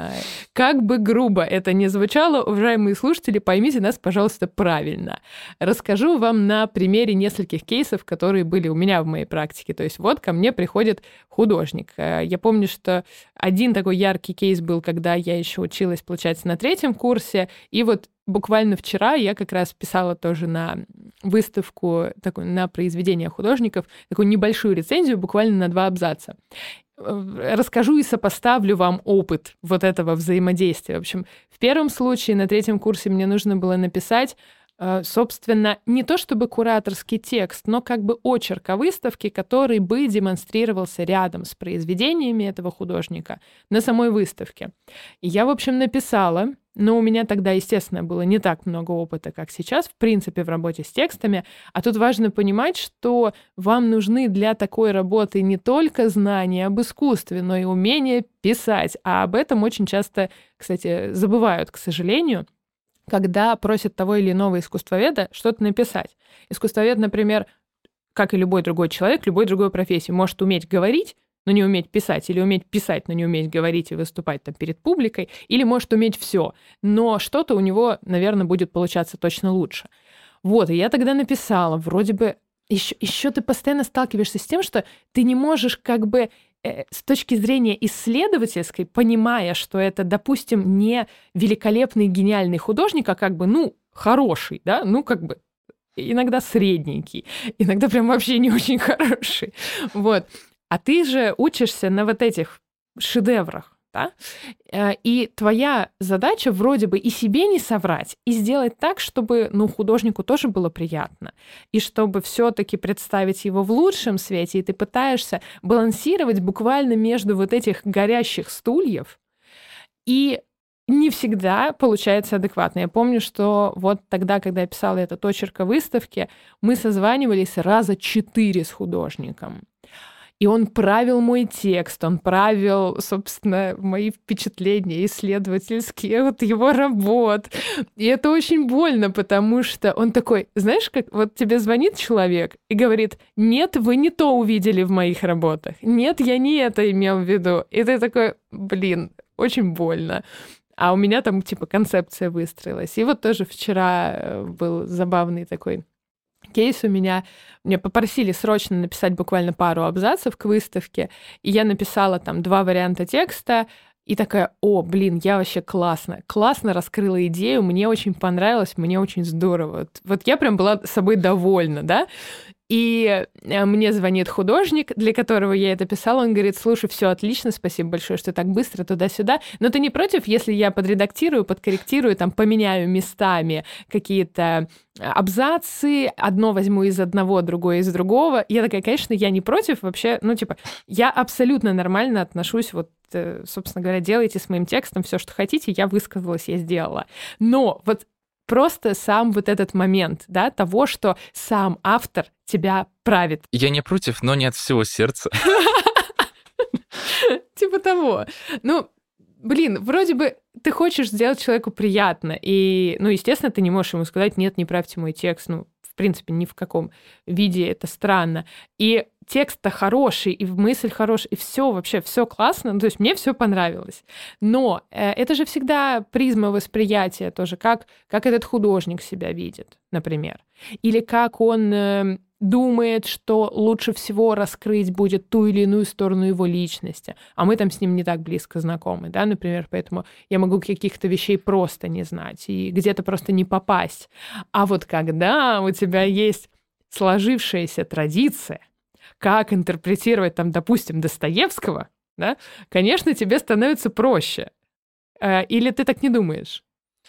Как бы грубо это ни звучало, уважаемые слушатели, поймите нас, пожалуйста, правильно. Расскажу вам на примере нескольких кейсов, которые были у меня в моей практике. То есть вот ко мне приходит художник. Я помню, что один такой яркий кейс был, когда я еще училась, получается, на третьем курсе, и вот буквально вчера я как раз писала тоже на выставку, такую, на произведения художников, такую небольшую рецензию, буквально на два абзаца. Расскажу и сопоставлю вам опыт вот этого взаимодействия. В общем, в первом случае на третьем курсе мне нужно было написать, собственно, не то чтобы кураторский текст, но как бы очерк о выставке, который бы демонстрировался рядом с произведениями этого художника на самой выставке. И я, в общем, написала, но у меня тогда, естественно, было не так много опыта, как сейчас, в принципе, в работе с текстами. А тут важно понимать, что вам нужны для такой работы не только знания об искусстве, но и умение писать. А об этом очень часто, кстати, забывают, к сожалению, когда просят того или иного искусствоведа что-то написать. Искусствовед, например, как и любой другой человек, любой другой профессии, может уметь говорить, но не уметь писать, или уметь писать, но не уметь говорить и выступать там перед публикой, или может уметь все, но что-то у него, наверное, будет получаться точно лучше. Вот, и я тогда написала, вроде бы, еще, еще ты постоянно сталкиваешься с тем, что ты не можешь как бы э, с точки зрения исследовательской, понимая, что это, допустим, не великолепный гениальный художник, а как бы, ну, хороший, да, ну, как бы, иногда средненький, иногда прям вообще не очень хороший, вот. А ты же учишься на вот этих шедеврах, да? И твоя задача вроде бы и себе не соврать, и сделать так, чтобы, ну, художнику тоже было приятно, и чтобы все-таки представить его в лучшем свете, и ты пытаешься балансировать буквально между вот этих горящих стульев, и не всегда получается адекватно. Я помню, что вот тогда, когда я писала этот очерк о выставке, мы созванивались раза четыре с художником. И он правил мой текст, он правил, собственно, мои впечатления исследовательские от его работ. И это очень больно, потому что он такой, знаешь, как вот тебе звонит человек и говорит, нет, вы не то увидели в моих работах, нет, я не это имел в виду. И ты такой, блин, очень больно. А у меня там типа концепция выстроилась. И вот тоже вчера был забавный такой кейс у меня. Меня попросили срочно написать буквально пару абзацев к выставке, и я написала там два варианта текста, и такая, о, блин, я вообще классно, классно раскрыла идею, мне очень понравилось, мне очень здорово. Вот, вот я прям была собой довольна, да? И мне звонит художник, для которого я это писала. Он говорит: слушай, все отлично, спасибо большое, что так быстро туда-сюда. Но ты не против, если я подредактирую, подкорректирую, там, поменяю местами какие-то абзацы, одно возьму из одного, другое из другого. Я такая: конечно, я не против вообще. Ну, типа, я абсолютно нормально отношусь, вот, собственно говоря, делайте с моим текстом все, что хотите, я высказалась, я сделала. Но вот просто сам вот этот момент, да, того, что сам автор тебя правит. Я не против, но не от всего сердца. Типа того. Ну, блин, вроде бы ты хочешь сделать человеку приятно, и, ну, естественно, ты не можешь ему сказать: нет, не правьте мой текст, ну, в принципе, ни в каком виде, это странно. И текст-то хороший, и мысль хорошая, и все вообще, все классно, ну, то есть мне все понравилось. Но э, это же всегда призма восприятия тоже, как, как этот художник себя видит, например. Или как он э, думает, что лучше всего раскрыть будет ту или иную сторону его личности, а мы там с ним не так близко знакомы, да, например, поэтому я могу каких-то вещей просто не знать и где-то просто не попасть. А вот когда у тебя есть сложившаяся традиция, как интерпретировать, там, допустим, Достоевского, да, конечно, тебе становится проще. Или ты так не думаешь?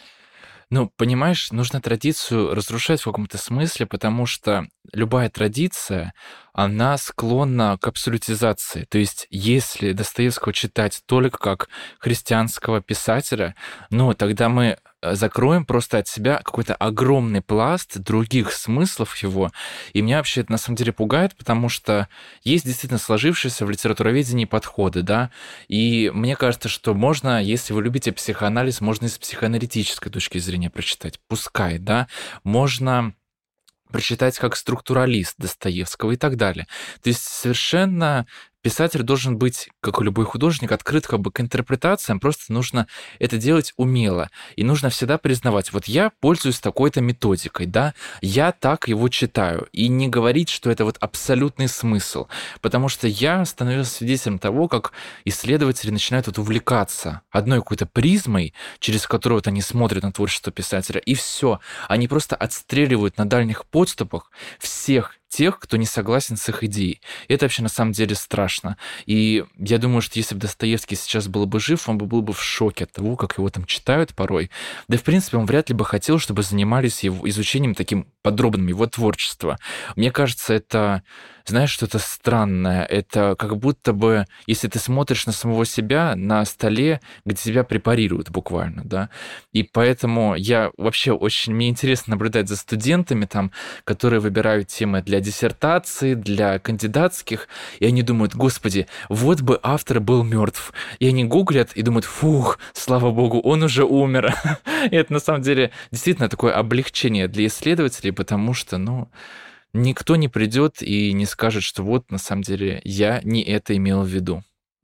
Ну, понимаешь, нужно традицию разрушать в каком-то смысле, потому что любая традиция, она склонна к абсолютизации. То есть если Достоевского читать только как христианского писателя, ну, тогда мы закроем просто от себя какой-то огромный пласт других смыслов его. И меня вообще это на самом деле пугает, потому что есть действительно сложившиеся в литературоведении подходы, да, и мне кажется, что можно, если вы любите психоанализ, можно и с психоаналитической точки зрения прочитать, пускай, да, можно прочитать как структуралист Достоевского и так далее. То есть совершенно писатель должен быть, как и любой художник, открыт как бы к интерпретациям, просто нужно это делать умело. И нужно всегда признавать: вот я пользуюсь такой-то методикой, да, я так его читаю. И не говорить, что это вот абсолютный смысл. Потому что я становился свидетелем того, как исследователи начинают вот увлекаться одной какой-то призмой, через которую вот они смотрят на творчество писателя, и все. Они просто отстреливают на дальних подступах всех тех, кто не согласен с их идеей. И это вообще на самом деле страшно. И я думаю, что если бы Достоевский сейчас был бы жив, он бы был бы в шоке от того, как его там читают порой. Да и, в принципе, он вряд ли бы хотел, чтобы занимались его изучением таким подробным его творчества. Мне кажется, это, знаешь, что-то странное. Это как будто бы, если ты смотришь на самого себя на столе, где тебя препарируют буквально, да. И поэтому я вообще очень... Мне интересно наблюдать за студентами там, которые выбирают темы для диссертации, для кандидатских, и они думают: господи, вот бы автор был мертв. И они гуглят и думают: фух, слава богу, он уже умер. И это на самом деле действительно такое облегчение для исследователей, потому что, ну, никто не придет и не скажет, что вот на самом деле я не это имел в виду.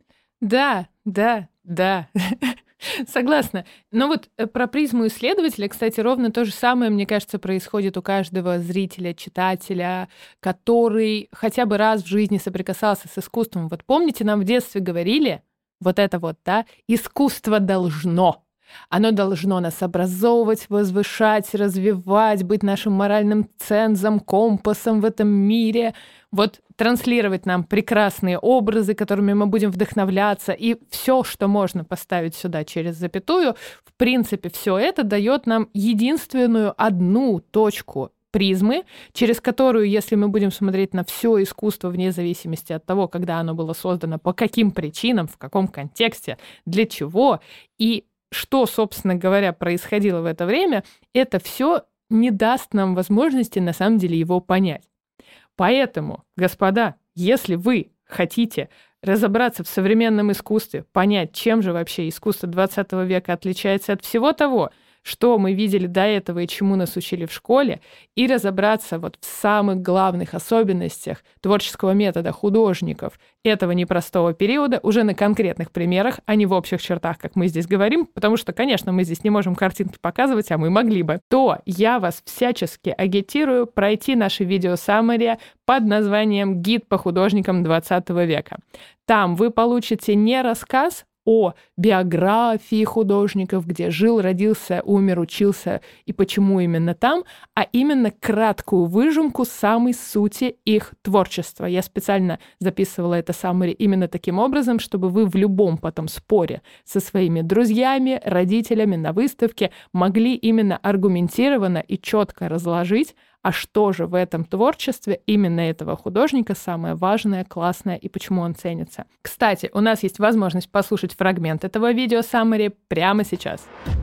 Да, да, да. Согласна. Но вот про призму исследователя, кстати, ровно то же самое, мне кажется, происходит у каждого зрителя, читателя, который хотя бы раз в жизни соприкасался с искусством. Вот помните, нам в детстве говорили, вот это вот, да, искусство должно. Оно должно нас образовывать, возвышать, развивать, быть нашим моральным цензом, компасом в этом мире, вот транслировать нам прекрасные образы, которыми мы будем вдохновляться, и все, что можно поставить сюда через запятую, в принципе, все это дает нам единственную одну точку призмы, через которую, если мы будем смотреть на все искусство вне зависимости от того, когда оно было создано, по каким причинам, в каком контексте, для чего, и что, собственно говоря, происходило в это время, это все не даст нам возможности на самом деле его понять. Поэтому, господа, если вы хотите разобраться в современном искусстве, понять, чем же вообще искусство двадцатого века отличается от всего того, что мы видели до этого и чему нас учили в школе, и разобраться вот в самых главных особенностях творческого метода художников этого непростого периода уже на конкретных примерах, а не в общих чертах, как мы здесь говорим, потому что, конечно, мы здесь не можем картинки показывать, а мы могли бы, то я вас всячески агитирую пройти наше видео-саммари под названием «Гид по художникам двадцатого века». Там вы получите не рассказ о биографии художников, где жил, родился, умер, учился и почему именно там, а именно краткую выжимку самой сути их творчества. Я специально записывала это summary именно таким образом, чтобы вы в любом потом споре со своими друзьями, родителями на выставке могли именно аргументированно и четко разложить, а что же в этом творчестве именно этого художника самое важное, классное и почему он ценится. Кстати, у нас есть возможность послушать фрагмент этого видео summary прямо сейчас.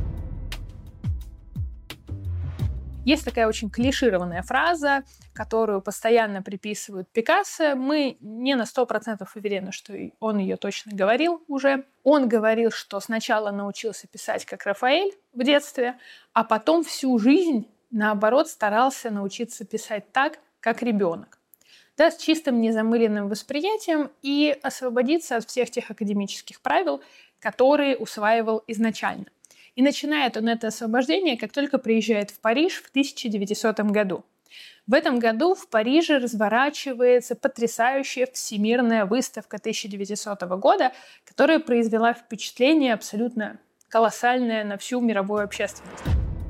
Есть такая очень клишированная фраза, которую постоянно приписывают Пикассо. Мы не на сто процентов уверены, что он ее точно говорил уже. Он говорил, что сначала научился писать как Рафаэль в детстве, а потом всю жизнь, наоборот, старался научиться писать так, как ребенок. Да, с чистым незамыленным восприятием и освободиться от всех тех академических правил, которые усваивал изначально. И начинает он это освобождение, как только приезжает в Париж в тысяча девятисотом году. В этом году в Париже разворачивается потрясающая всемирная выставка тысяча девятисотого года, которая произвела впечатление абсолютно колоссальное на всю мировую общественность.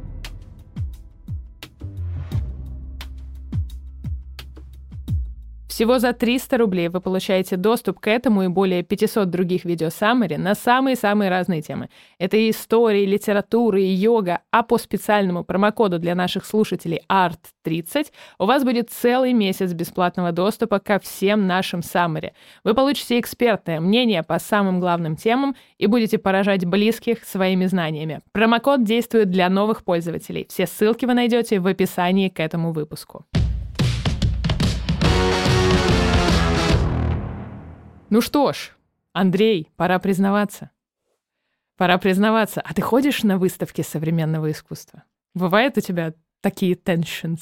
Всего за триста рублей вы получаете доступ к этому и более пятисот других видео-саммари на самые-самые разные темы. Это и история, и литература, и йога, а по специальному промокоду для наших слушателей арт тридцать у вас будет целый месяц бесплатного доступа ко всем нашим саммари. Вы получите экспертное мнение по самым главным темам и будете поражать близких своими знаниями. Промокод действует для новых пользователей. Все ссылки вы найдете в описании к этому выпуску. Ну что ж, Андрей, пора признаваться. Пора признаваться. А ты ходишь на выставки современного искусства? Бывают у тебя такие tensions?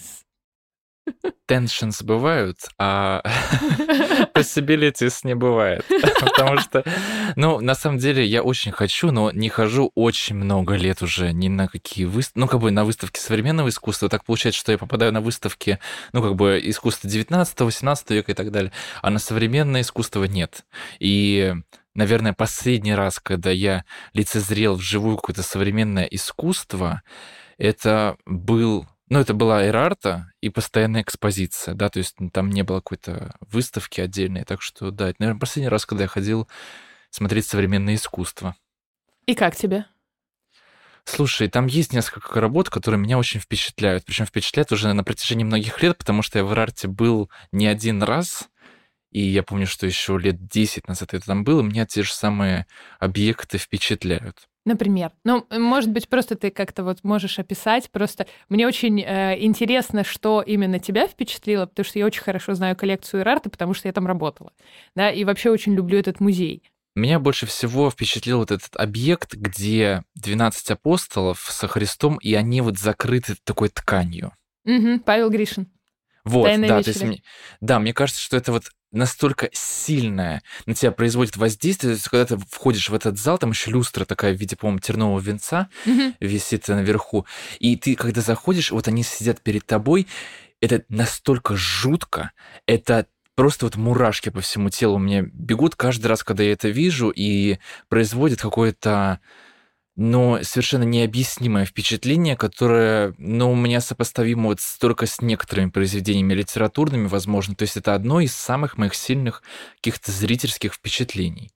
Tensions бывают, а possibilities не бывает. Потому что, ну, на самом деле, я очень хочу, но не хожу очень много лет уже ни на какие выставки. Ну, как бы на выставки современного искусства. Так получается, что я попадаю на выставки, ну, как бы искусства девятнадцатого-восемнадцатого века и так далее, а на современное искусство нет. И, наверное, последний раз, когда я лицезрел вживую какое-то современное искусство, это был... Ну, это была эра-арта и постоянная экспозиция, да, то есть там не было какой-то выставки отдельной, так что, да, это, наверное, последний раз, когда я ходил смотреть современное искусство. И как тебе? Слушай, там есть несколько работ, которые меня очень впечатляют, причем впечатляют уже на протяжении многих лет, потому что я в эра-арте был не один раз, и я помню, что еще лет десять назад это там было, и меня те же самые объекты впечатляют. Например. Ну, может быть, просто ты как-то вот можешь описать. Просто мне очень э, интересно, что именно тебя впечатлило, потому что я очень хорошо знаю коллекцию эра-арта, потому что я там работала. Да, и вообще очень люблю этот музей. Меня больше всего впечатлил вот этот объект, где двенадцать апостолов со Христом, и они вот закрыты такой тканью. Угу, Павел Гришин. Вот, Тайная да, вечеря. то есть, мне, да, мне кажется, что это вот настолько сильное на тебя производит воздействие, то есть, когда ты входишь в этот зал, там еще люстра такая в виде, по-моему, тернового венца Угу. висит наверху, и ты, когда заходишь, вот они сидят перед тобой, это настолько жутко, это просто вот мурашки по всему телу у меня бегут каждый раз, когда я это вижу, и производит какое-то... но совершенно необъяснимое впечатление, которое, ну, у меня сопоставимо вот только с некоторыми произведениями литературными, возможно. То есть это одно из самых моих сильных каких-то зрительских впечатлений.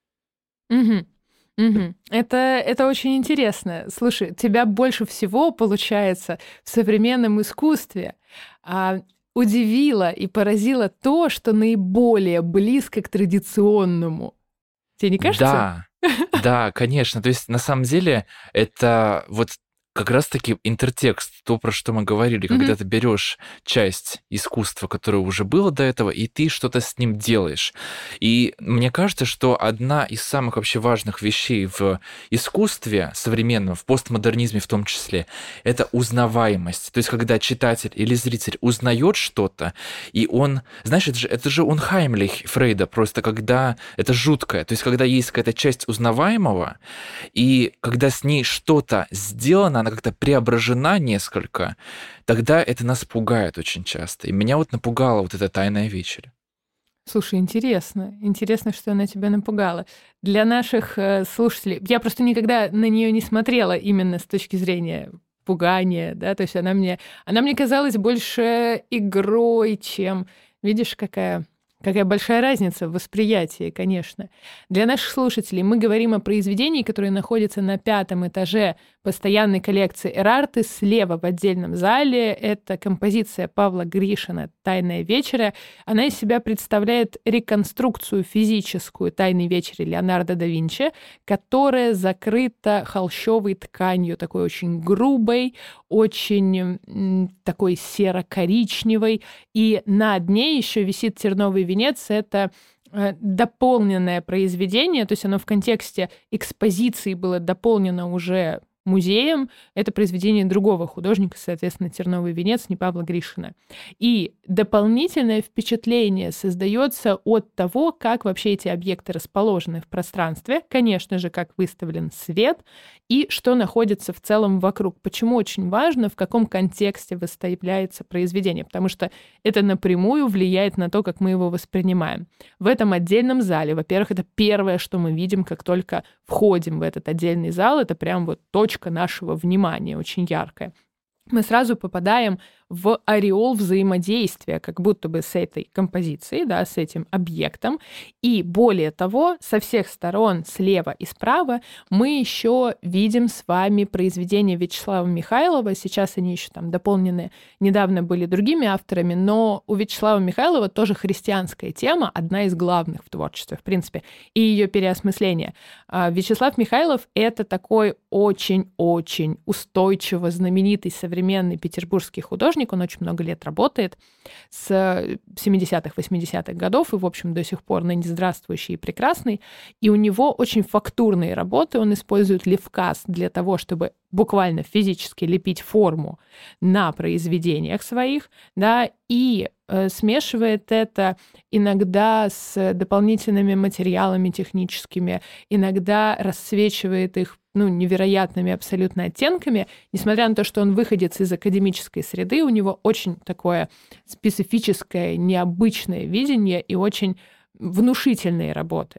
Угу. Угу. Это, это очень интересно. Слушай, тебя больше всего, получается, в современном искусстве а, удивило и поразило то, что наиболее близко к традиционному. Тебе не кажется? Да. Да, конечно. То есть, на самом деле, это вот как раз-таки интертекст, то, про что мы говорили, когда Мгм. ты берешь часть искусства, которое уже было до этого, и ты что-то с ним делаешь. И мне кажется, что одна из самых вообще важных вещей в искусстве современном, в постмодернизме в том числе, это узнаваемость. То есть, когда читатель или зритель узнает что-то, и он... Знаешь, это же, это же Unheimlich Фрейда, просто когда... Это жуткое. То есть, когда есть какая-то часть узнаваемого, и когда с ней что-то сделано, она как-то преображена несколько, тогда это нас пугает очень часто. И меня вот напугала вот эта «Тайная вечеря». Слушай, интересно. Интересно, что она тебя напугала. Для наших э, слушателей, я просто никогда на нее не смотрела именно с точки зрения пугания, да, то есть она мне, она мне казалась больше игрой, чем, видишь, какая Какая большая разница в восприятии, конечно. Для наших слушателей мы говорим о произведении, которое находится на пятом этаже постоянной коллекции Эрарты, слева в отдельном зале. Это композиция Павла Гришина «Тайная вечеря». Она из себя представляет реконструкцию физическую «Тайной вечери» Леонардо да Винчи, которая закрыта холщовой тканью, такой очень грубой, очень м, такой серо-коричневой. И над ней еще висит терновый венец. Это э, дополненное произведение, то есть оно в контексте экспозиции было дополнено уже музеем. Это произведение другого художника, соответственно, «Терновый венец», не Павла Гришина. И дополнительное впечатление создается от того, как вообще эти объекты расположены в пространстве, конечно же, как выставлен свет и что находится в целом вокруг. Почему очень важно, в каком контексте выставляется произведение, потому что это напрямую влияет на то, как мы его воспринимаем. В этом отдельном зале, во-первых, это первое, что мы видим, как только входим в этот отдельный зал, это прям вот точка нашего внимания, очень яркая. Мы сразу попадаем в ореол взаимодействия, как будто бы с этой композицией, да, с этим объектом. И более того, со всех сторон, слева и справа, мы еще видим с вами произведения Вячеслава Михайлова. Сейчас они еще там дополнены, недавно были другими авторами, но у Вячеслава Михайлова тоже христианская тема, одна из главных в творчестве, в принципе, и ее переосмысление. Вячеслав Михайлов — это такой очень-очень устойчиво знаменитый современный петербургский художник. Он очень много лет работает, с семидесятых, восьмидесятых годов, и, в общем, до сих пор ныне здравствующий и прекрасный. И у него очень фактурные работы. Он использует левказ для того, чтобы буквально физически лепить форму на произведениях своих, да, и э, смешивает это иногда с дополнительными материалами техническими, иногда рассвечивает их ну, невероятными абсолютно оттенками. Несмотря на то, что он выходец из академической среды, у него очень такое специфическое, необычное видение и очень внушительные работы.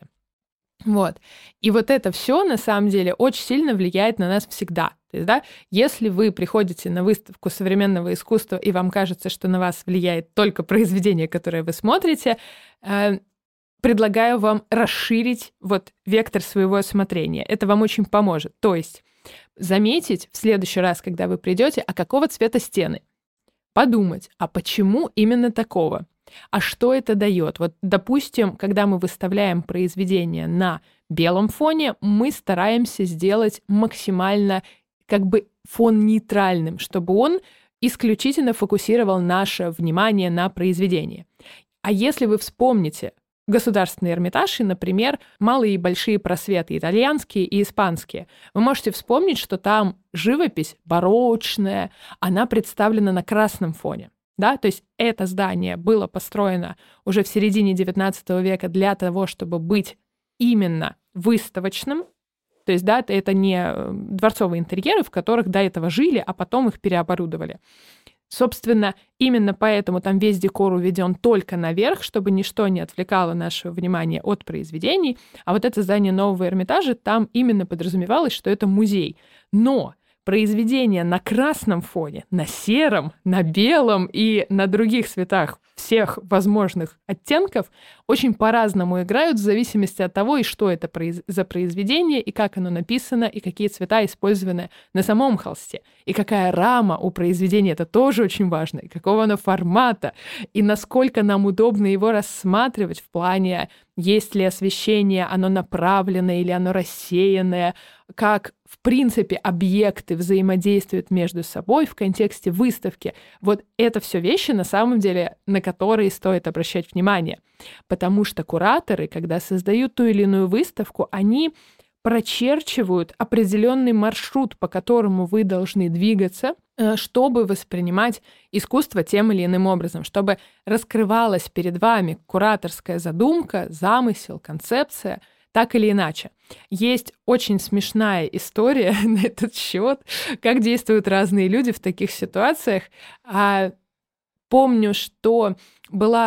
Вот. И вот это все на самом деле очень сильно влияет на нас всегда. То есть, да, если вы приходите на выставку современного искусства, и вам кажется, что на вас влияет только произведение, которое вы смотрите, э, предлагаю вам расширить вот вектор своего осмотрения. Это вам очень поможет. То есть заметить в следующий раз, когда вы придете, а какого цвета стены. Подумать, а почему именно такого? А что это дает? Вот, допустим, когда мы выставляем произведение на белом фоне, мы стараемся сделать максимально как бы фон нейтральным, чтобы он исключительно фокусировал наше внимание на произведении. А если вы вспомните Государственный Эрмитаж и, например, малые и большие просветы, итальянские и испанские, вы можете вспомнить, что там живопись барочная, она представлена на красном фоне. Да? То есть это здание было построено уже в середине девятнадцатого века для того, чтобы быть именно выставочным. То есть, да, это не дворцовые интерьеры, в которых до этого жили, а потом их переоборудовали. Собственно, именно поэтому там весь декор уведен только наверх, чтобы ничто не отвлекало наше внимание от произведений. А вот это здание нового Эрмитажа, там именно подразумевалось, что это музей. Но произведения на красном фоне, на сером, на белом и на других цветах всех возможных оттенков очень по-разному играют в зависимости от того, и что это за произведение, и как оно написано, и какие цвета использованы на самом холсте, и какая рама у произведения, это тоже очень важно, и какого оно формата, и насколько нам удобно его рассматривать в плане, есть ли освещение, оно направленное или оно рассеянное, как, в принципе, объекты взаимодействуют между собой в контексте выставки. Вот это все вещи, на самом деле, на которые стоит обращать внимание. Потому что кураторы, когда создают ту или иную выставку, они прочерчивают определенный маршрут, по которому вы должны двигаться, чтобы воспринимать искусство тем или иным образом, чтобы раскрывалась перед вами кураторская задумка, замысел, концепция, так или иначе. Есть очень смешная история на этот счет, как действуют разные люди в таких ситуациях. Помню, что была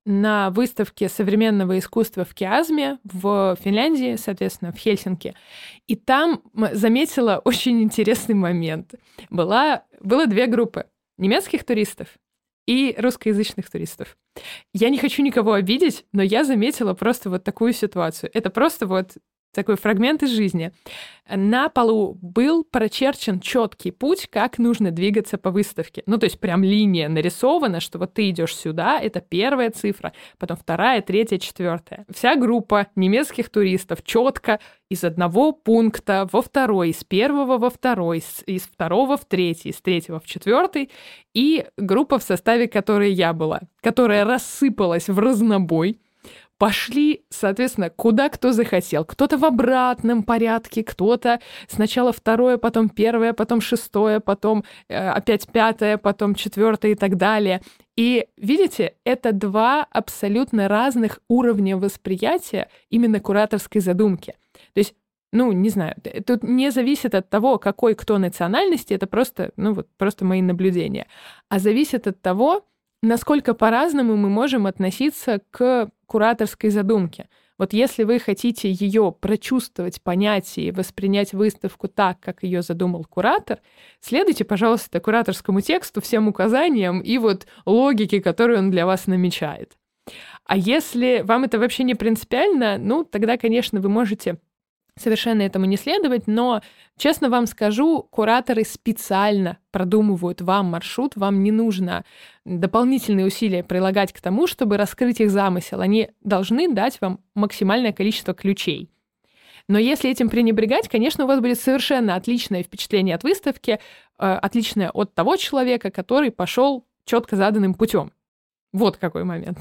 на выставке современного искусства в Киазме в Финляндии, соответственно, в Хельсинки. И там заметила очень интересный момент. Была, было две группы немецких туристов и русскоязычных туристов. Я не хочу никого обидеть, но я заметила просто вот такую ситуацию. Это просто вот такой фрагмент из жизни. На полу был прочерчен четкий путь, как нужно двигаться по выставке. Ну, то есть прям линия нарисована, что вот ты идешь сюда, это первая цифра, потом вторая, третья, четвертая. Вся группа немецких туристов четко из одного пункта во второй, из первого во второй, из второго в третий, из третьего в четвертый, и группа, в составе которой я была, которая рассыпалась в разнобой. Пошли, соответственно, куда кто захотел. Кто-то в обратном порядке, кто-то сначала второе, потом первое, потом шестое, потом э, опять пятое, потом четвертое и так далее. И видите, это два абсолютно разных уровня восприятия именно кураторской задумки. То есть, ну, не знаю, тут не зависит от того, какой кто национальности, это просто, ну, вот, просто мои наблюдения, а зависит от того, насколько по-разному мы можем относиться к кураторской задумке. Вот если вы хотите ее прочувствовать, понять и воспринять выставку так, как ее задумал куратор, следуйте, пожалуйста, кураторскому тексту, всем указаниям и вот логике, которую он для вас намечает. А если вам это вообще не принципиально, ну, тогда, конечно, вы можете совершенно этому не следовать, но, честно вам скажу, кураторы специально продумывают вам маршрут, вам не нужно дополнительные усилия прилагать к тому, чтобы раскрыть их замысел. Они должны дать вам максимальное количество ключей. Но если этим пренебрегать, конечно, у вас будет совершенно отличное впечатление от выставки, э, отличное от того человека, который пошел четко заданным путем. Вот какой момент.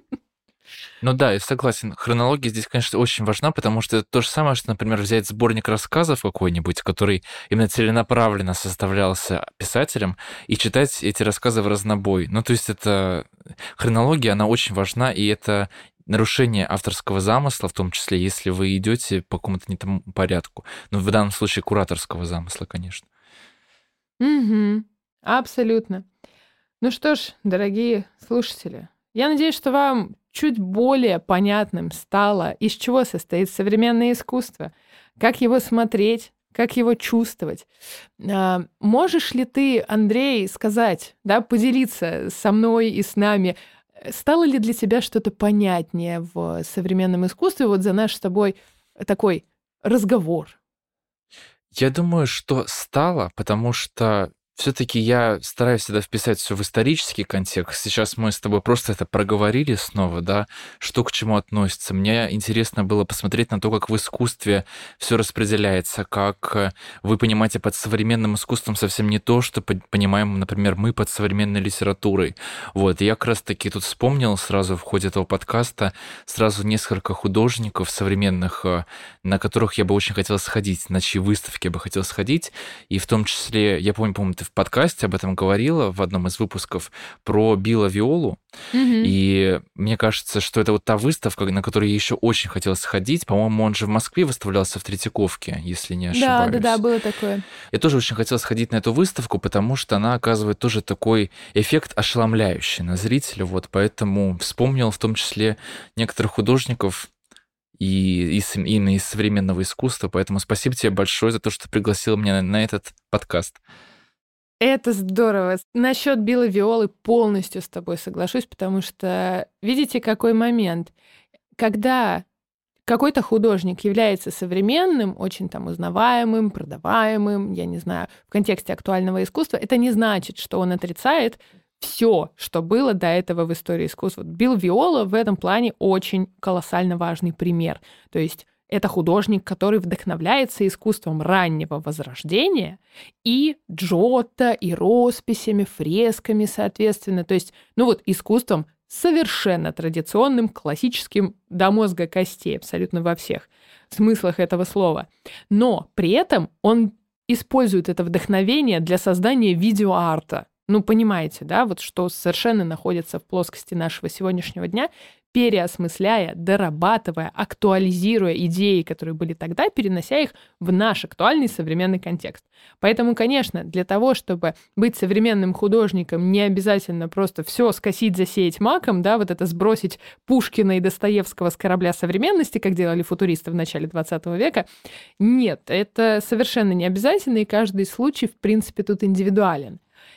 Ну да, я согласен. Хронология здесь, конечно, очень важна, потому что это то же самое, что, например, взять сборник рассказов какой-нибудь, который именно целенаправленно составлялся писателем, и читать эти рассказы в разнобой. Ну, то есть это хронология, она очень важна, и это нарушение авторского замысла, в том числе, если вы идете по какому-то не тому порядку. Ну, в данном случае кураторского замысла, конечно. Угу, абсолютно. Ну что ж, дорогие слушатели, я надеюсь, что вам чуть более понятным стало, из чего состоит современное искусство, как его смотреть, как его чувствовать. А, можешь ли ты, Андрей, сказать, да, поделиться со мной и с нами, стало ли для тебя что-то понятнее в современном искусстве вот за наш с тобой такой разговор? Я думаю, что стало, потому что все-таки я стараюсь всегда вписать все в исторический контекст. Сейчас мы с тобой просто это проговорили снова, да, что к чему относится. Мне интересно было посмотреть на то, как в искусстве все распределяется, как вы понимаете под современным искусством совсем не то, что понимаем, например, мы под современной литературой. Вот, и я как раз-таки тут вспомнил сразу в ходе этого подкаста сразу несколько художников современных, на которых я бы очень хотел сходить, на чьи выставки я бы хотел сходить, и в том числе, я помню, по-моему, ты в подкасте об этом говорила в одном из выпусков про Билла Виолу. Mm-hmm. И мне кажется, что это вот та выставка, на которую я еще очень хотела сходить. По-моему, он же в Москве выставлялся в Третьяковке, если не ошибаюсь. Да, да, да, было такое. Я тоже очень хотела сходить на эту выставку, потому что она оказывает тоже такой эффект ошеломляющий на зрителя. Вот поэтому вспомнил в том числе некоторых художников и из, именно из современного искусства. Поэтому спасибо тебе большое за то, что пригласил меня на, на этот подкаст. Это здорово. Насчет Билла Виолы полностью с тобой соглашусь, потому что видите, какой момент. Когда какой-то художник является современным, очень там узнаваемым, продаваемым, я не знаю, в контексте актуального искусства, это не значит, что он отрицает все, что было до этого в истории искусства. Билл Виола в этом плане очень колоссально важный пример. То есть это художник, который вдохновляется искусством раннего Возрождения и Джотто, и росписями, фресками, соответственно. То есть, ну вот, искусством совершенно традиционным, классическим, до мозга костей, абсолютно во всех смыслах этого слова. Но при этом он использует это вдохновение для создания видеоарта. Ну, понимаете, да, вот что совершенно находится в плоскости нашего сегодняшнего дня. переосмысляя, дорабатывая, актуализируя идеи, которые были тогда, перенося их в наш актуальный современный контекст. Поэтому, конечно, для того, чтобы быть современным художником, не обязательно просто все скосить, засеять маком, да, вот это сбросить Пушкина и Достоевского с корабля современности, как делали футуристы в начале двадцатого века. Нет, это совершенно не обязательно, и каждый случай, в принципе, тут индивидуален.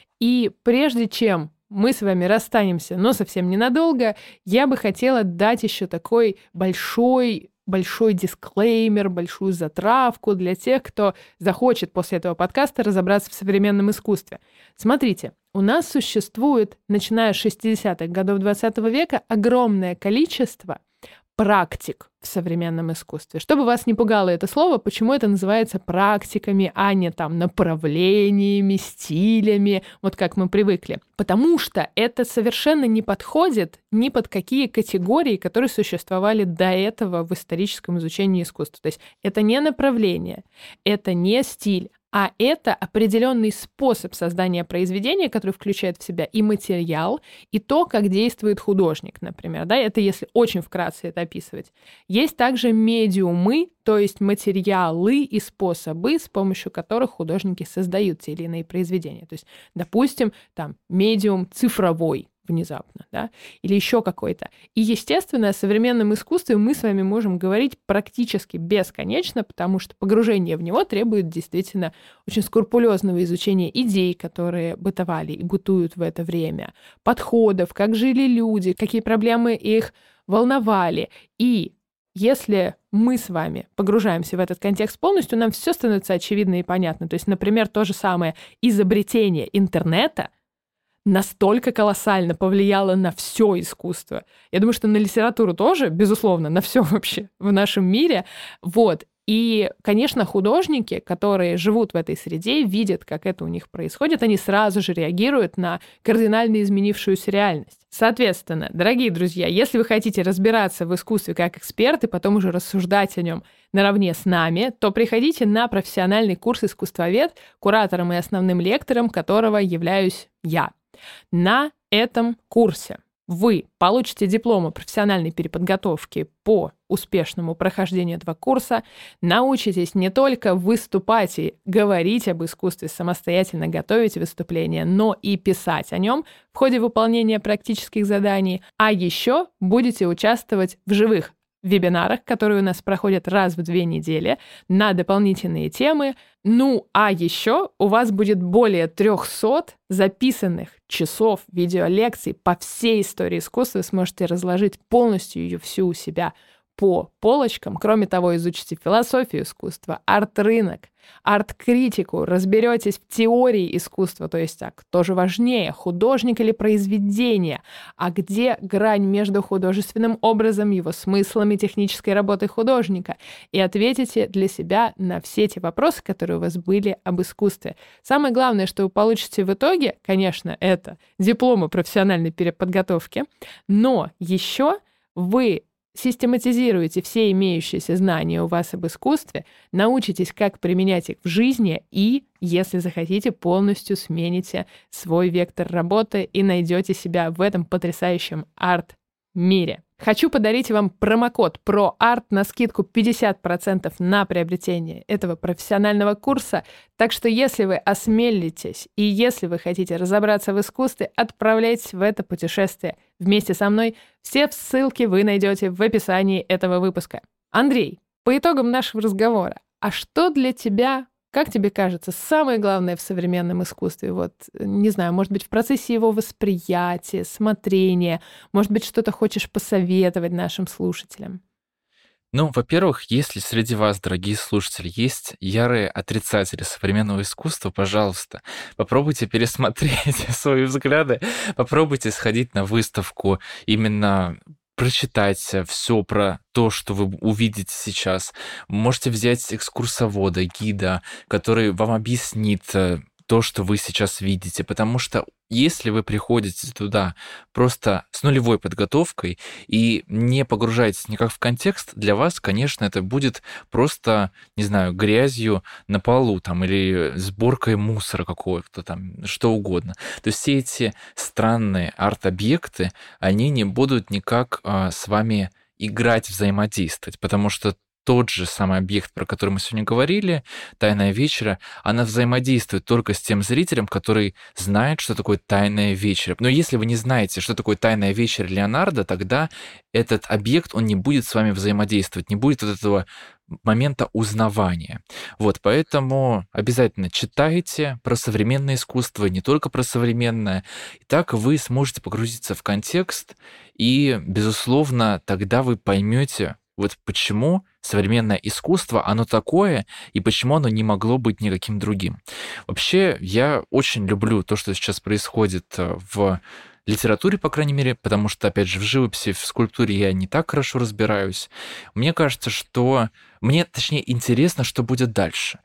И прежде чем мы с вами расстанемся, но совсем ненадолго, я бы хотела дать еще такой большой, большой дисклеймер, большую затравку для тех, кто захочет после этого подкаста разобраться в современном искусстве. Смотрите, у нас существует, начиная с шестидесятых годов двадцатого века, огромное количество практик в современном искусстве. Чтобы вас не пугало это слово, почему это называется практиками, а не там направлениями, стилями, вот как мы привыкли. Потому что это совершенно не подходит ни под какие категории, которые существовали до этого в историческом изучении искусства. То есть это не направление, это не стиль, а это определенный способ создания произведения, который включает в себя и материал, и то, как действует художник, например. Да? Это если очень вкратце это описывать. Есть также медиумы, то есть материалы и способы, с помощью которых художники создают те или иные произведения. То есть, допустим, там медиум цифровой, внезапно, да, или еще какой-то. И, естественно, о современном искусстве мы с вами можем говорить практически бесконечно, потому что погружение в него требует действительно очень скрупулезного изучения идей, которые бытовали и бытуют в это время, подходов, как жили люди, какие проблемы их волновали. И если мы с вами погружаемся в этот контекст полностью, нам все становится очевидно и понятно. То есть, например, то же самое изобретение интернета настолько колоссально повлияло на все искусство. Я думаю, что на литературу тоже, безусловно, на все вообще в нашем мире. Вот. И, конечно, художники, которые живут в этой среде, видят, как это у них происходит, они сразу же реагируют на кардинально изменившуюся реальность. Соответственно, дорогие друзья, если вы хотите разбираться в искусстве как эксперт и потом уже рассуждать о нем наравне с нами, то приходите на профессиональный курс «Искусствовед», куратором и основным лектором которого являюсь я. На этом курсе вы получите диплом о профессиональной переподготовке по успешному прохождению этого курса, научитесь не только выступать и говорить об искусстве, самостоятельно готовить выступления, но и писать о нем в ходе выполнения практических заданий, а еще будете участвовать в живых вебинарах, которые у нас проходят раз в две недели на дополнительные темы. Ну, а еще у вас будет более трехсот записанных часов видеолекций по всей истории искусства. Вы сможете разложить полностью ее всю у себя по полочкам. Кроме того, изучите философию искусства, арт-рынок, арт-критику, разберетесь в теории искусства, то есть, а кто же важнее, художник или произведение, а где грань между художественным образом, его смыслом и технической работой художника, и ответите для себя на все те вопросы, которые у вас были об искусстве. Самое главное, что вы получите в итоге, конечно, это диплом о профессиональной переподготовке, но еще вы систематизируете все имеющиеся знания у вас об искусстве, научитесь, как применять их в жизни и, если захотите, полностью смените свой вектор работы и найдете себя в этом потрясающем арт-мире. Хочу подарить вам промокод ProArt на скидку пятьдесят процентов на приобретение этого профессионального курса. Так что если вы осмелитесь и если вы хотите разобраться в искусстве, отправляйтесь в это путешествие вместе со мной. Все ссылки вы найдете в описании этого выпуска. Андрей, по итогам нашего разговора, а что для тебя, как тебе кажется, самое главное в современном искусстве? Вот, не знаю, может быть, в процессе его восприятия, смотрения, может быть, что-то хочешь посоветовать нашим слушателям? Ну, во-первых, если среди вас, дорогие слушатели, есть ярые отрицатели современного искусства, пожалуйста, попробуйте пересмотреть свои взгляды, попробуйте сходить на выставку, именно прочитать все про то, что вы увидите сейчас. Можете взять экскурсовода, гида, который вам объяснит то, что вы сейчас видите, потому что если вы приходите туда просто с нулевой подготовкой и не погружаетесь никак в контекст, для вас, конечно, это будет просто, не знаю, грязью на полу там, или сборкой мусора какого-то там, что угодно. То есть все эти странные арт-объекты, они не будут никак а, с вами играть, взаимодействовать, потому что тот же самый объект, про который мы сегодня говорили, «Тайная вечеря», она взаимодействует только с тем зрителем, который знает, что такое «Тайная вечеря». Но если вы не знаете, что такое «Тайная вечеря» Леонардо, тогда этот объект, он не будет с вами взаимодействовать, не будет вот этого момента узнавания. Вот, поэтому обязательно читайте про современное искусство, не только про современное. И так вы сможете погрузиться в контекст, и, безусловно, тогда вы поймете, вот почему современное искусство, оно такое, и почему оно не могло быть никаким другим. Вообще, я очень люблю то, что сейчас происходит в литературе, по крайней мере, потому что, опять же, в живописи, в скульптуре я не так хорошо разбираюсь. Мне кажется, что... Мне, точнее, интересно, что будет дальше.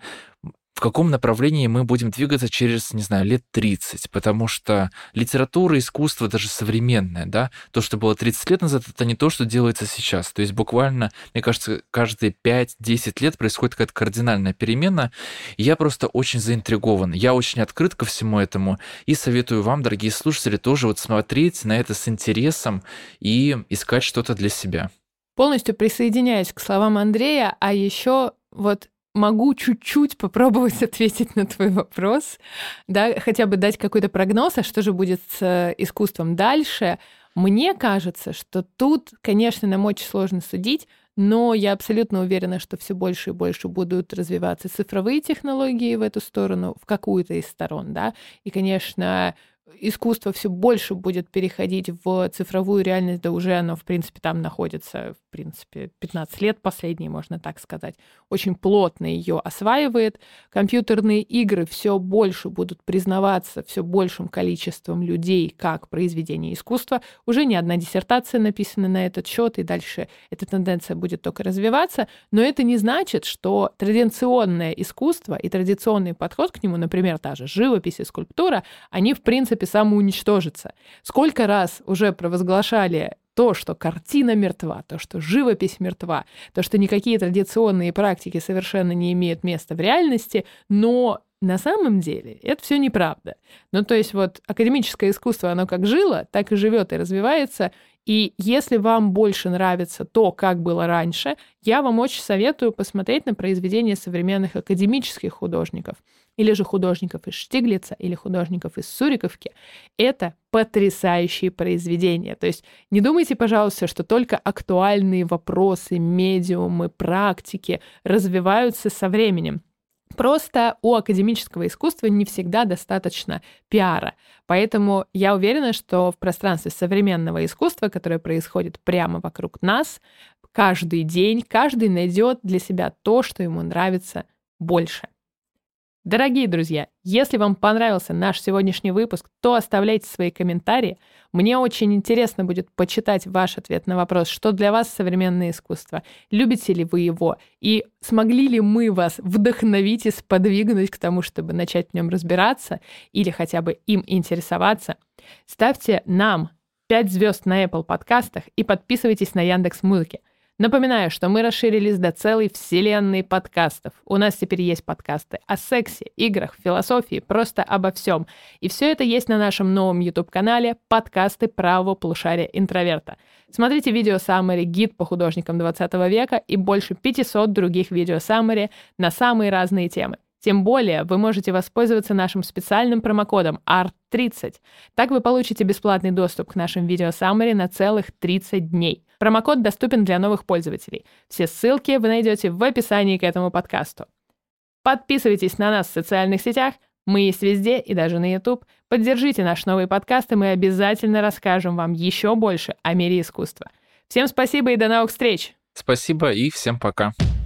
В каком направлении мы будем двигаться через, не знаю, лет тридцать, потому что литература, искусство, даже современное, да, то, что было тридцать лет назад, это не то, что делается сейчас. То есть буквально, мне кажется, каждые пять-десять лет происходит какая-то кардинальная перемена, и я просто очень заинтригован, я очень открыт ко всему этому, и советую вам, дорогие слушатели, тоже вот смотреть на это с интересом и искать что-то для себя. Полностью присоединяюсь к словам Андрея, а еще вот могу чуть-чуть попробовать ответить на твой вопрос, да, хотя бы дать какой-то прогноз, а что же будет с искусством дальше. Мне кажется, что тут, конечно, нам очень сложно судить, но я абсолютно уверена, что все больше и больше будут развиваться цифровые технологии в эту сторону, в какую-то из сторон, да, и, конечно, искусство все больше будет переходить в цифровую реальность, да уже оно, в принципе, там находится, в принципе, пятнадцать лет последние, можно так сказать, очень плотно ее осваивает. Компьютерные игры все больше будут признаваться все большим количеством людей как произведение искусства. Уже не одна диссертация написана на этот счет, и дальше эта тенденция будет только развиваться, но это не значит, что традиционное искусство и традиционный подход к нему, например, та же живопись и скульптура, они, в принципе, самоуничтожатся. Сколько раз уже провозглашали то, что картина мертва, то, что живопись мертва, то, что никакие традиционные практики совершенно не имеют места в реальности, но на самом деле это все неправда. Ну, то есть вот академическое искусство, оно как жило, так и живет и развивается. И если вам больше нравится то, как было раньше, я вам очень советую посмотреть на произведения современных академических художников, или же художников из Штиглица, или художников из Суриковки. Это потрясающие произведения. То есть не думайте, пожалуйста, что только актуальные вопросы, медиумы, практики развиваются со временем. Просто у академического искусства не всегда достаточно пиара. Поэтому я уверена, что в пространстве современного искусства, которое происходит прямо вокруг нас, каждый день каждый найдет для себя то, что ему нравится больше. Дорогие друзья, если вам понравился наш сегодняшний выпуск, то оставляйте свои комментарии. Мне очень интересно будет почитать ваш ответ на вопрос, что для вас современное искусство, любите ли вы его, и смогли ли мы вас вдохновить и сподвигнуть к тому, чтобы начать в нем разбираться или хотя бы им интересоваться. Ставьте нам пять звезд на Apple подкастах и подписывайтесь на Яндекс.Музыке. Напоминаю, что мы расширились до целой вселенной подкастов. У нас теперь есть подкасты о сексе, играх, философии, просто обо всем. И все это есть на нашем новом YouTube-канале «Подкасты правого полушария интроверта». Смотрите видео-саммари «Гид по художникам двадцатого века» и больше пятьсот других видео-саммари на самые разные темы. Тем более вы можете воспользоваться нашим специальным промокодом арт тридцать. Так вы получите бесплатный доступ к нашим видео-саммари на целых тридцать дней. Промокод доступен для новых пользователей. Все ссылки вы найдете в описании к этому подкасту. Подписывайтесь на нас в социальных сетях. Мы есть везде и даже на YouTube. Поддержите наш новый подкаст, и мы обязательно расскажем вам еще больше о мире искусства. Всем спасибо и до новых встреч! Спасибо и всем пока!